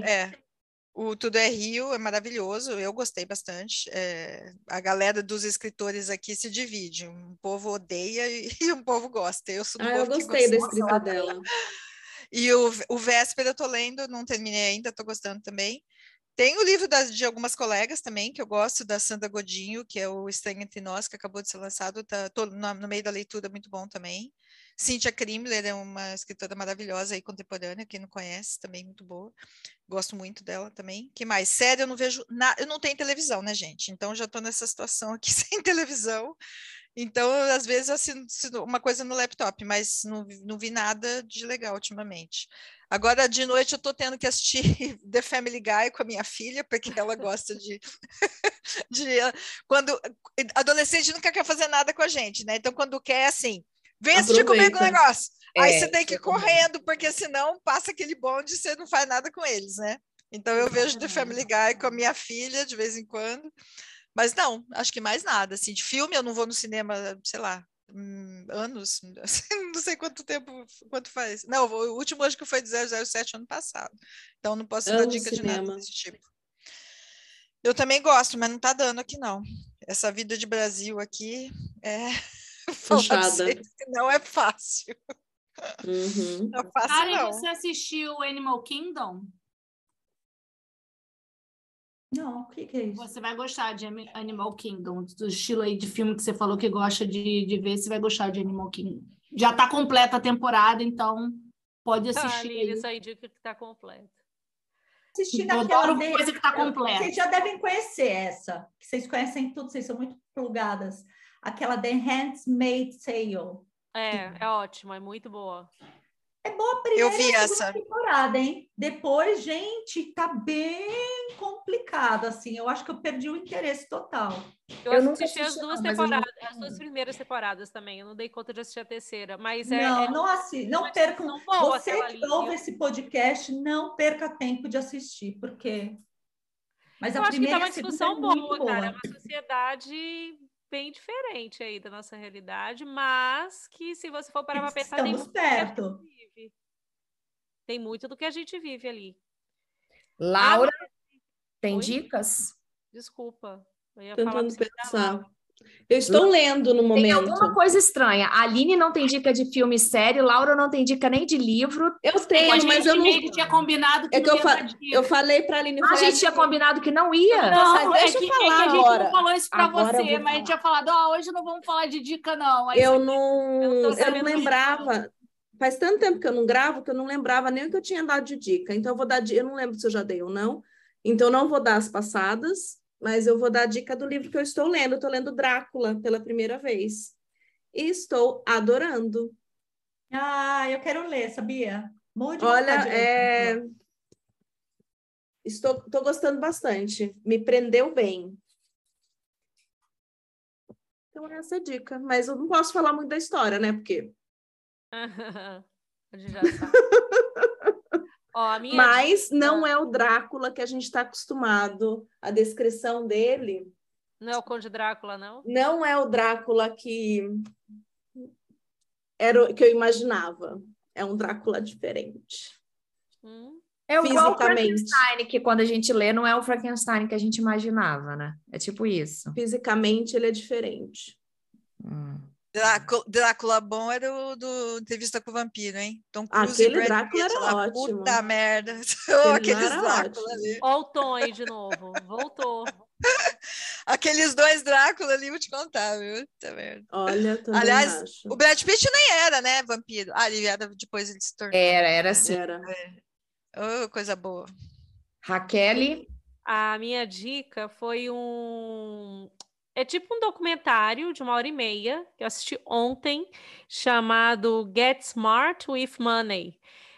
[SPEAKER 8] o Tudo é Rio é maravilhoso, eu gostei bastante. A galera dos escritores aqui se divide, um povo odeia e um povo gosta. Eu sou do povo
[SPEAKER 3] eu gostei da escrita dela.
[SPEAKER 8] E o Véspera eu tô lendo, não terminei ainda, tô gostando também. Tem o livro de algumas colegas também, que eu gosto, da Sandra Godinho, que é o Estranho Entre Nós, que acabou de ser lançado, tô no meio da leitura, muito bom também. Cíntia Krimler é uma escritora maravilhosa e contemporânea, quem não conhece, também muito boa. Gosto muito dela também. Que mais? Sério, eu não vejo nada, eu não tenho televisão, né, gente? Então, eu já estou nessa situação aqui sem televisão. Então, às vezes, eu assino uma coisa no laptop, mas não vi nada de legal ultimamente. Agora, de noite, eu estou tendo que assistir The Family Guy com a minha filha, porque ela gosta quando adolescente nunca quer fazer nada com a gente, né? Então, quando quer, assim, vem assistir comigo o negócio. Aí você tem que ir correndo, porque senão passa aquele bonde e você não faz nada com eles, né? Então, eu vejo The Family Guy com a minha filha, de vez em quando. Mas não, acho que mais nada. Assim, de filme, eu não vou no cinema, sei lá, anos, não sei quanto faz. Não, o último acho que foi de 007 ano passado. Então não posso dar dica de nada desse tipo. Eu também gosto, mas não tá dando aqui não. Essa vida de Brasil aqui é
[SPEAKER 3] puxada.
[SPEAKER 8] Não é fácil.
[SPEAKER 3] Não
[SPEAKER 8] é fácil,
[SPEAKER 7] Karen,
[SPEAKER 8] não.
[SPEAKER 7] você assistiu Animal Kingdom?
[SPEAKER 6] Não, o que é isso?
[SPEAKER 7] Você vai gostar de Animal Kingdom, do estilo aí de filme que você falou que gosta de ver, você vai gostar de Animal Kingdom. Já está completa a temporada, então pode assistir.
[SPEAKER 1] Isso aí diz que está completa.
[SPEAKER 6] Assistindo
[SPEAKER 7] aquela coisa que está completa.
[SPEAKER 6] Vocês já devem conhecer essa, que vocês conhecem tudo, vocês são muito plugadas. Aquela The Handmaid's Tale.
[SPEAKER 1] É ótima, é muito boa.
[SPEAKER 6] É boa a primeira
[SPEAKER 8] eu vi essa
[SPEAKER 6] temporada, hein? Depois, gente, tá bem complicado, assim. Eu acho que eu perdi o interesse total.
[SPEAKER 1] Eu nunca assisti as duas temporadas, as 2 primeiras temporadas também. Eu não dei conta de assistir a terceira, mas
[SPEAKER 6] não percam. Você que ouve esse podcast, não perca tempo de assistir, porque... Mas
[SPEAKER 1] eu
[SPEAKER 6] a
[SPEAKER 1] acho que tá uma
[SPEAKER 6] e a segunda
[SPEAKER 1] discussão
[SPEAKER 6] é muito boa.
[SPEAKER 1] cara. É uma sociedade bem diferente aí da nossa realidade, mas que se você for parar para pensar...
[SPEAKER 6] Estamos perto.
[SPEAKER 1] Tem muito do que a gente vive ali.
[SPEAKER 4] Laura, tem dicas?
[SPEAKER 1] Desculpa. Eu ia
[SPEAKER 3] tentando
[SPEAKER 1] falar
[SPEAKER 3] pensar. Eu estou lendo no momento.
[SPEAKER 4] Tem alguma coisa estranha. A Aline não tem dica de filme e série, Laura não tem dica nem de livro.
[SPEAKER 3] Eu tenho, mas eu não...
[SPEAKER 7] A gente tinha combinado que não ia
[SPEAKER 3] eu falei para a Aline...
[SPEAKER 4] A gente tinha combinado que não ia?
[SPEAKER 7] Não,
[SPEAKER 3] deixa eu falar
[SPEAKER 7] a gente
[SPEAKER 3] agora.
[SPEAKER 7] não falou isso para você, mas a gente tinha falado, hoje não vamos falar de dica, não. Aí
[SPEAKER 3] eu não lembrava... Faz tanto tempo que eu não gravo que eu não lembrava nem o que eu tinha dado de dica. Então, eu vou dar... Eu não lembro se eu já dei ou não. Então, eu não vou dar as passadas, mas eu vou dar a dica do livro que eu estou lendo. Eu estou lendo Drácula pela primeira vez. E estou adorando.
[SPEAKER 6] Eu quero ler, sabia?
[SPEAKER 3] Olha, estou gostando bastante. Me prendeu bem. Então, essa é a dica. Mas eu não posso falar muito da história, né? Porque...
[SPEAKER 1] A gente já sabe.
[SPEAKER 3] Mas não é o Drácula que a gente está acostumado. A descrição dele...
[SPEAKER 1] Não é o Conde Drácula, não?
[SPEAKER 3] Não é o Drácula que eu imaginava. É um Drácula diferente.
[SPEAKER 4] É igual o Frankenstein, que quando a gente lê, não é o Frankenstein que a gente imaginava, né? É tipo isso.
[SPEAKER 3] Fisicamente, ele é diferente.
[SPEAKER 8] Drácula bom era o do Entrevista com o Vampiro, hein? Tom Cruise
[SPEAKER 3] aquele Drácula era ótimo.
[SPEAKER 8] Puta merda. Aqueles Drácula ali.
[SPEAKER 1] Olha o Tom aí de novo. Voltou.
[SPEAKER 8] Aqueles 2 Drácula ali, vou te contar, viu? Puta merda.
[SPEAKER 3] Olha, também
[SPEAKER 8] aliás,
[SPEAKER 3] acho.
[SPEAKER 8] O Brad Pitt nem era, né, vampiro. Ele era, depois ele se tornou.
[SPEAKER 4] Era sim.
[SPEAKER 8] Oh, coisa boa.
[SPEAKER 4] Raquel?
[SPEAKER 1] A minha dica foi é tipo um documentário de 1h30 que eu assisti ontem, chamado Get Smart with Money.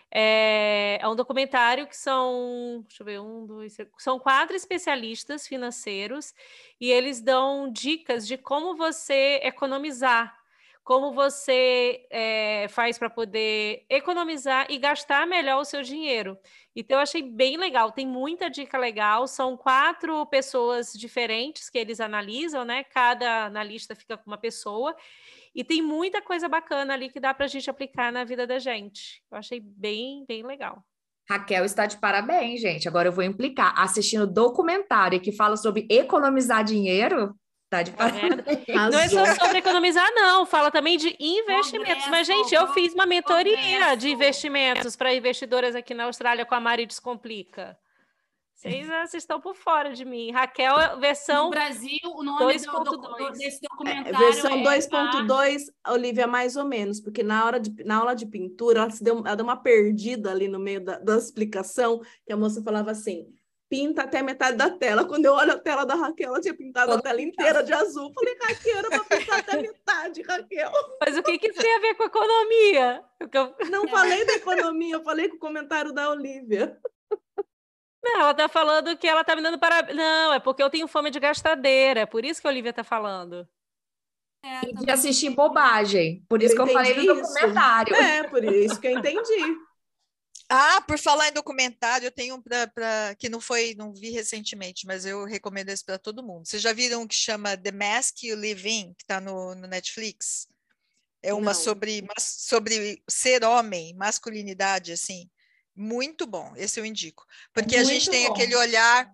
[SPEAKER 1] É um documentário que são, deixa eu ver, são 4 especialistas financeiros e eles dão dicas de como você economizar, como você faz para poder economizar e gastar melhor o seu dinheiro. Então, eu achei bem legal, tem muita dica legal, são 4 pessoas diferentes que eles analisam, né? Cada analista fica com uma pessoa, e tem muita coisa bacana ali que dá para a gente aplicar na vida da gente. Eu achei bem, bem legal.
[SPEAKER 4] Raquel está de parabéns, gente. Agora eu vou implicar. Assistindo documentário que fala sobre economizar dinheiro, tá de parabéns.
[SPEAKER 1] Não é só sobre economizar, não. Fala também de investimentos. Mas, gente, eu fiz uma mentoria de investimentos para investidoras aqui na Austrália com a Mari Descomplica. Vocês estão por fora de mim. Raquel, versão...
[SPEAKER 7] No Brasil, o nome desse documentário
[SPEAKER 3] versão 2.2, Olivia, mais ou menos, porque na aula de pintura, ela deu uma perdida ali no meio da explicação, que a moça falava assim, pinta até metade da tela. Quando eu olho a tela da Raquel, ela tinha pintado a tela inteira de azul. Falei, Raquel, era para pintar até metade, Raquel.
[SPEAKER 1] Mas o que isso tem a ver com economia?
[SPEAKER 3] Não falei da economia, eu falei com o comentário da Olivia.
[SPEAKER 1] Não, ela tá falando que ela tá me dando parabéns. Não, é porque eu tenho fome de gastadeira. É por isso que a Olivia tá falando.
[SPEAKER 4] E de assistir bobagem. Por isso que eu falei do documentário.
[SPEAKER 3] Por isso que eu entendi.
[SPEAKER 8] Por falar em documentário, eu tenho que não vi recentemente, mas eu recomendo esse para todo mundo. Vocês já viram um que chama The Mask You Live In, que está no Netflix? É uma sobre ser homem, masculinidade, assim. Muito bom, esse eu indico. Porque a gente tem aquele olhar,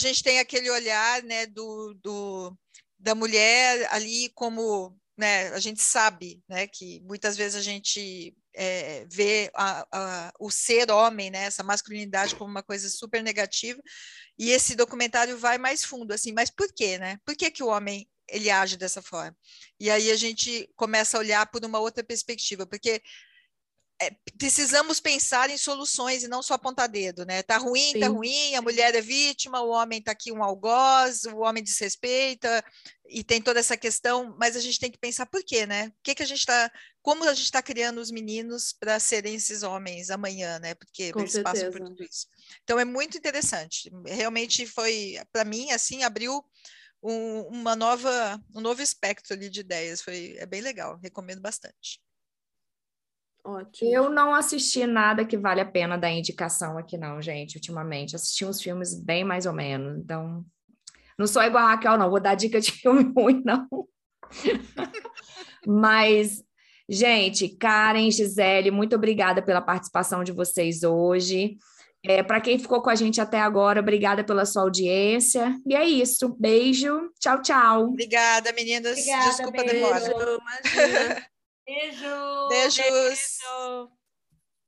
[SPEAKER 8] né, da mulher ali como, né, a gente sabe, né, que muitas vezes a gente vê o ser homem, né, essa masculinidade como uma coisa super negativa, e esse documentário vai mais fundo, assim, mas por quê, né? Por que o homem ele age dessa forma? E aí a gente começa a olhar por uma outra perspectiva, porque precisamos pensar em soluções e não só apontar dedo, né? Tá ruim, a mulher é vítima, o homem tá aqui um algoz, o homem desrespeita, e tem toda essa questão, mas a gente tem que pensar por quê, né? Como a gente está criando os meninos para serem esses homens amanhã, né? Porque eles passam por tudo isso. Então é muito interessante. Realmente foi, para mim, assim, abriu um novo espectro ali de ideias. É bem legal, recomendo bastante.
[SPEAKER 3] Ótimo.
[SPEAKER 4] Eu não assisti nada que vale a pena dar indicação aqui não, gente, ultimamente. Assisti uns filmes bem mais ou menos, então... Não sou igual a Raquel, não. Vou dar dica de filme ruim, não. Mas, gente, Karen, Gisele, muito obrigada pela participação de vocês hoje. Para quem ficou com a gente até agora, obrigada pela sua audiência. E é isso. Beijo. Tchau, tchau.
[SPEAKER 8] Obrigada, meninas.
[SPEAKER 6] Obrigada,
[SPEAKER 8] desculpa a demora.
[SPEAKER 3] Imagina.
[SPEAKER 7] Beijo!
[SPEAKER 8] Beijos!
[SPEAKER 1] Beijo.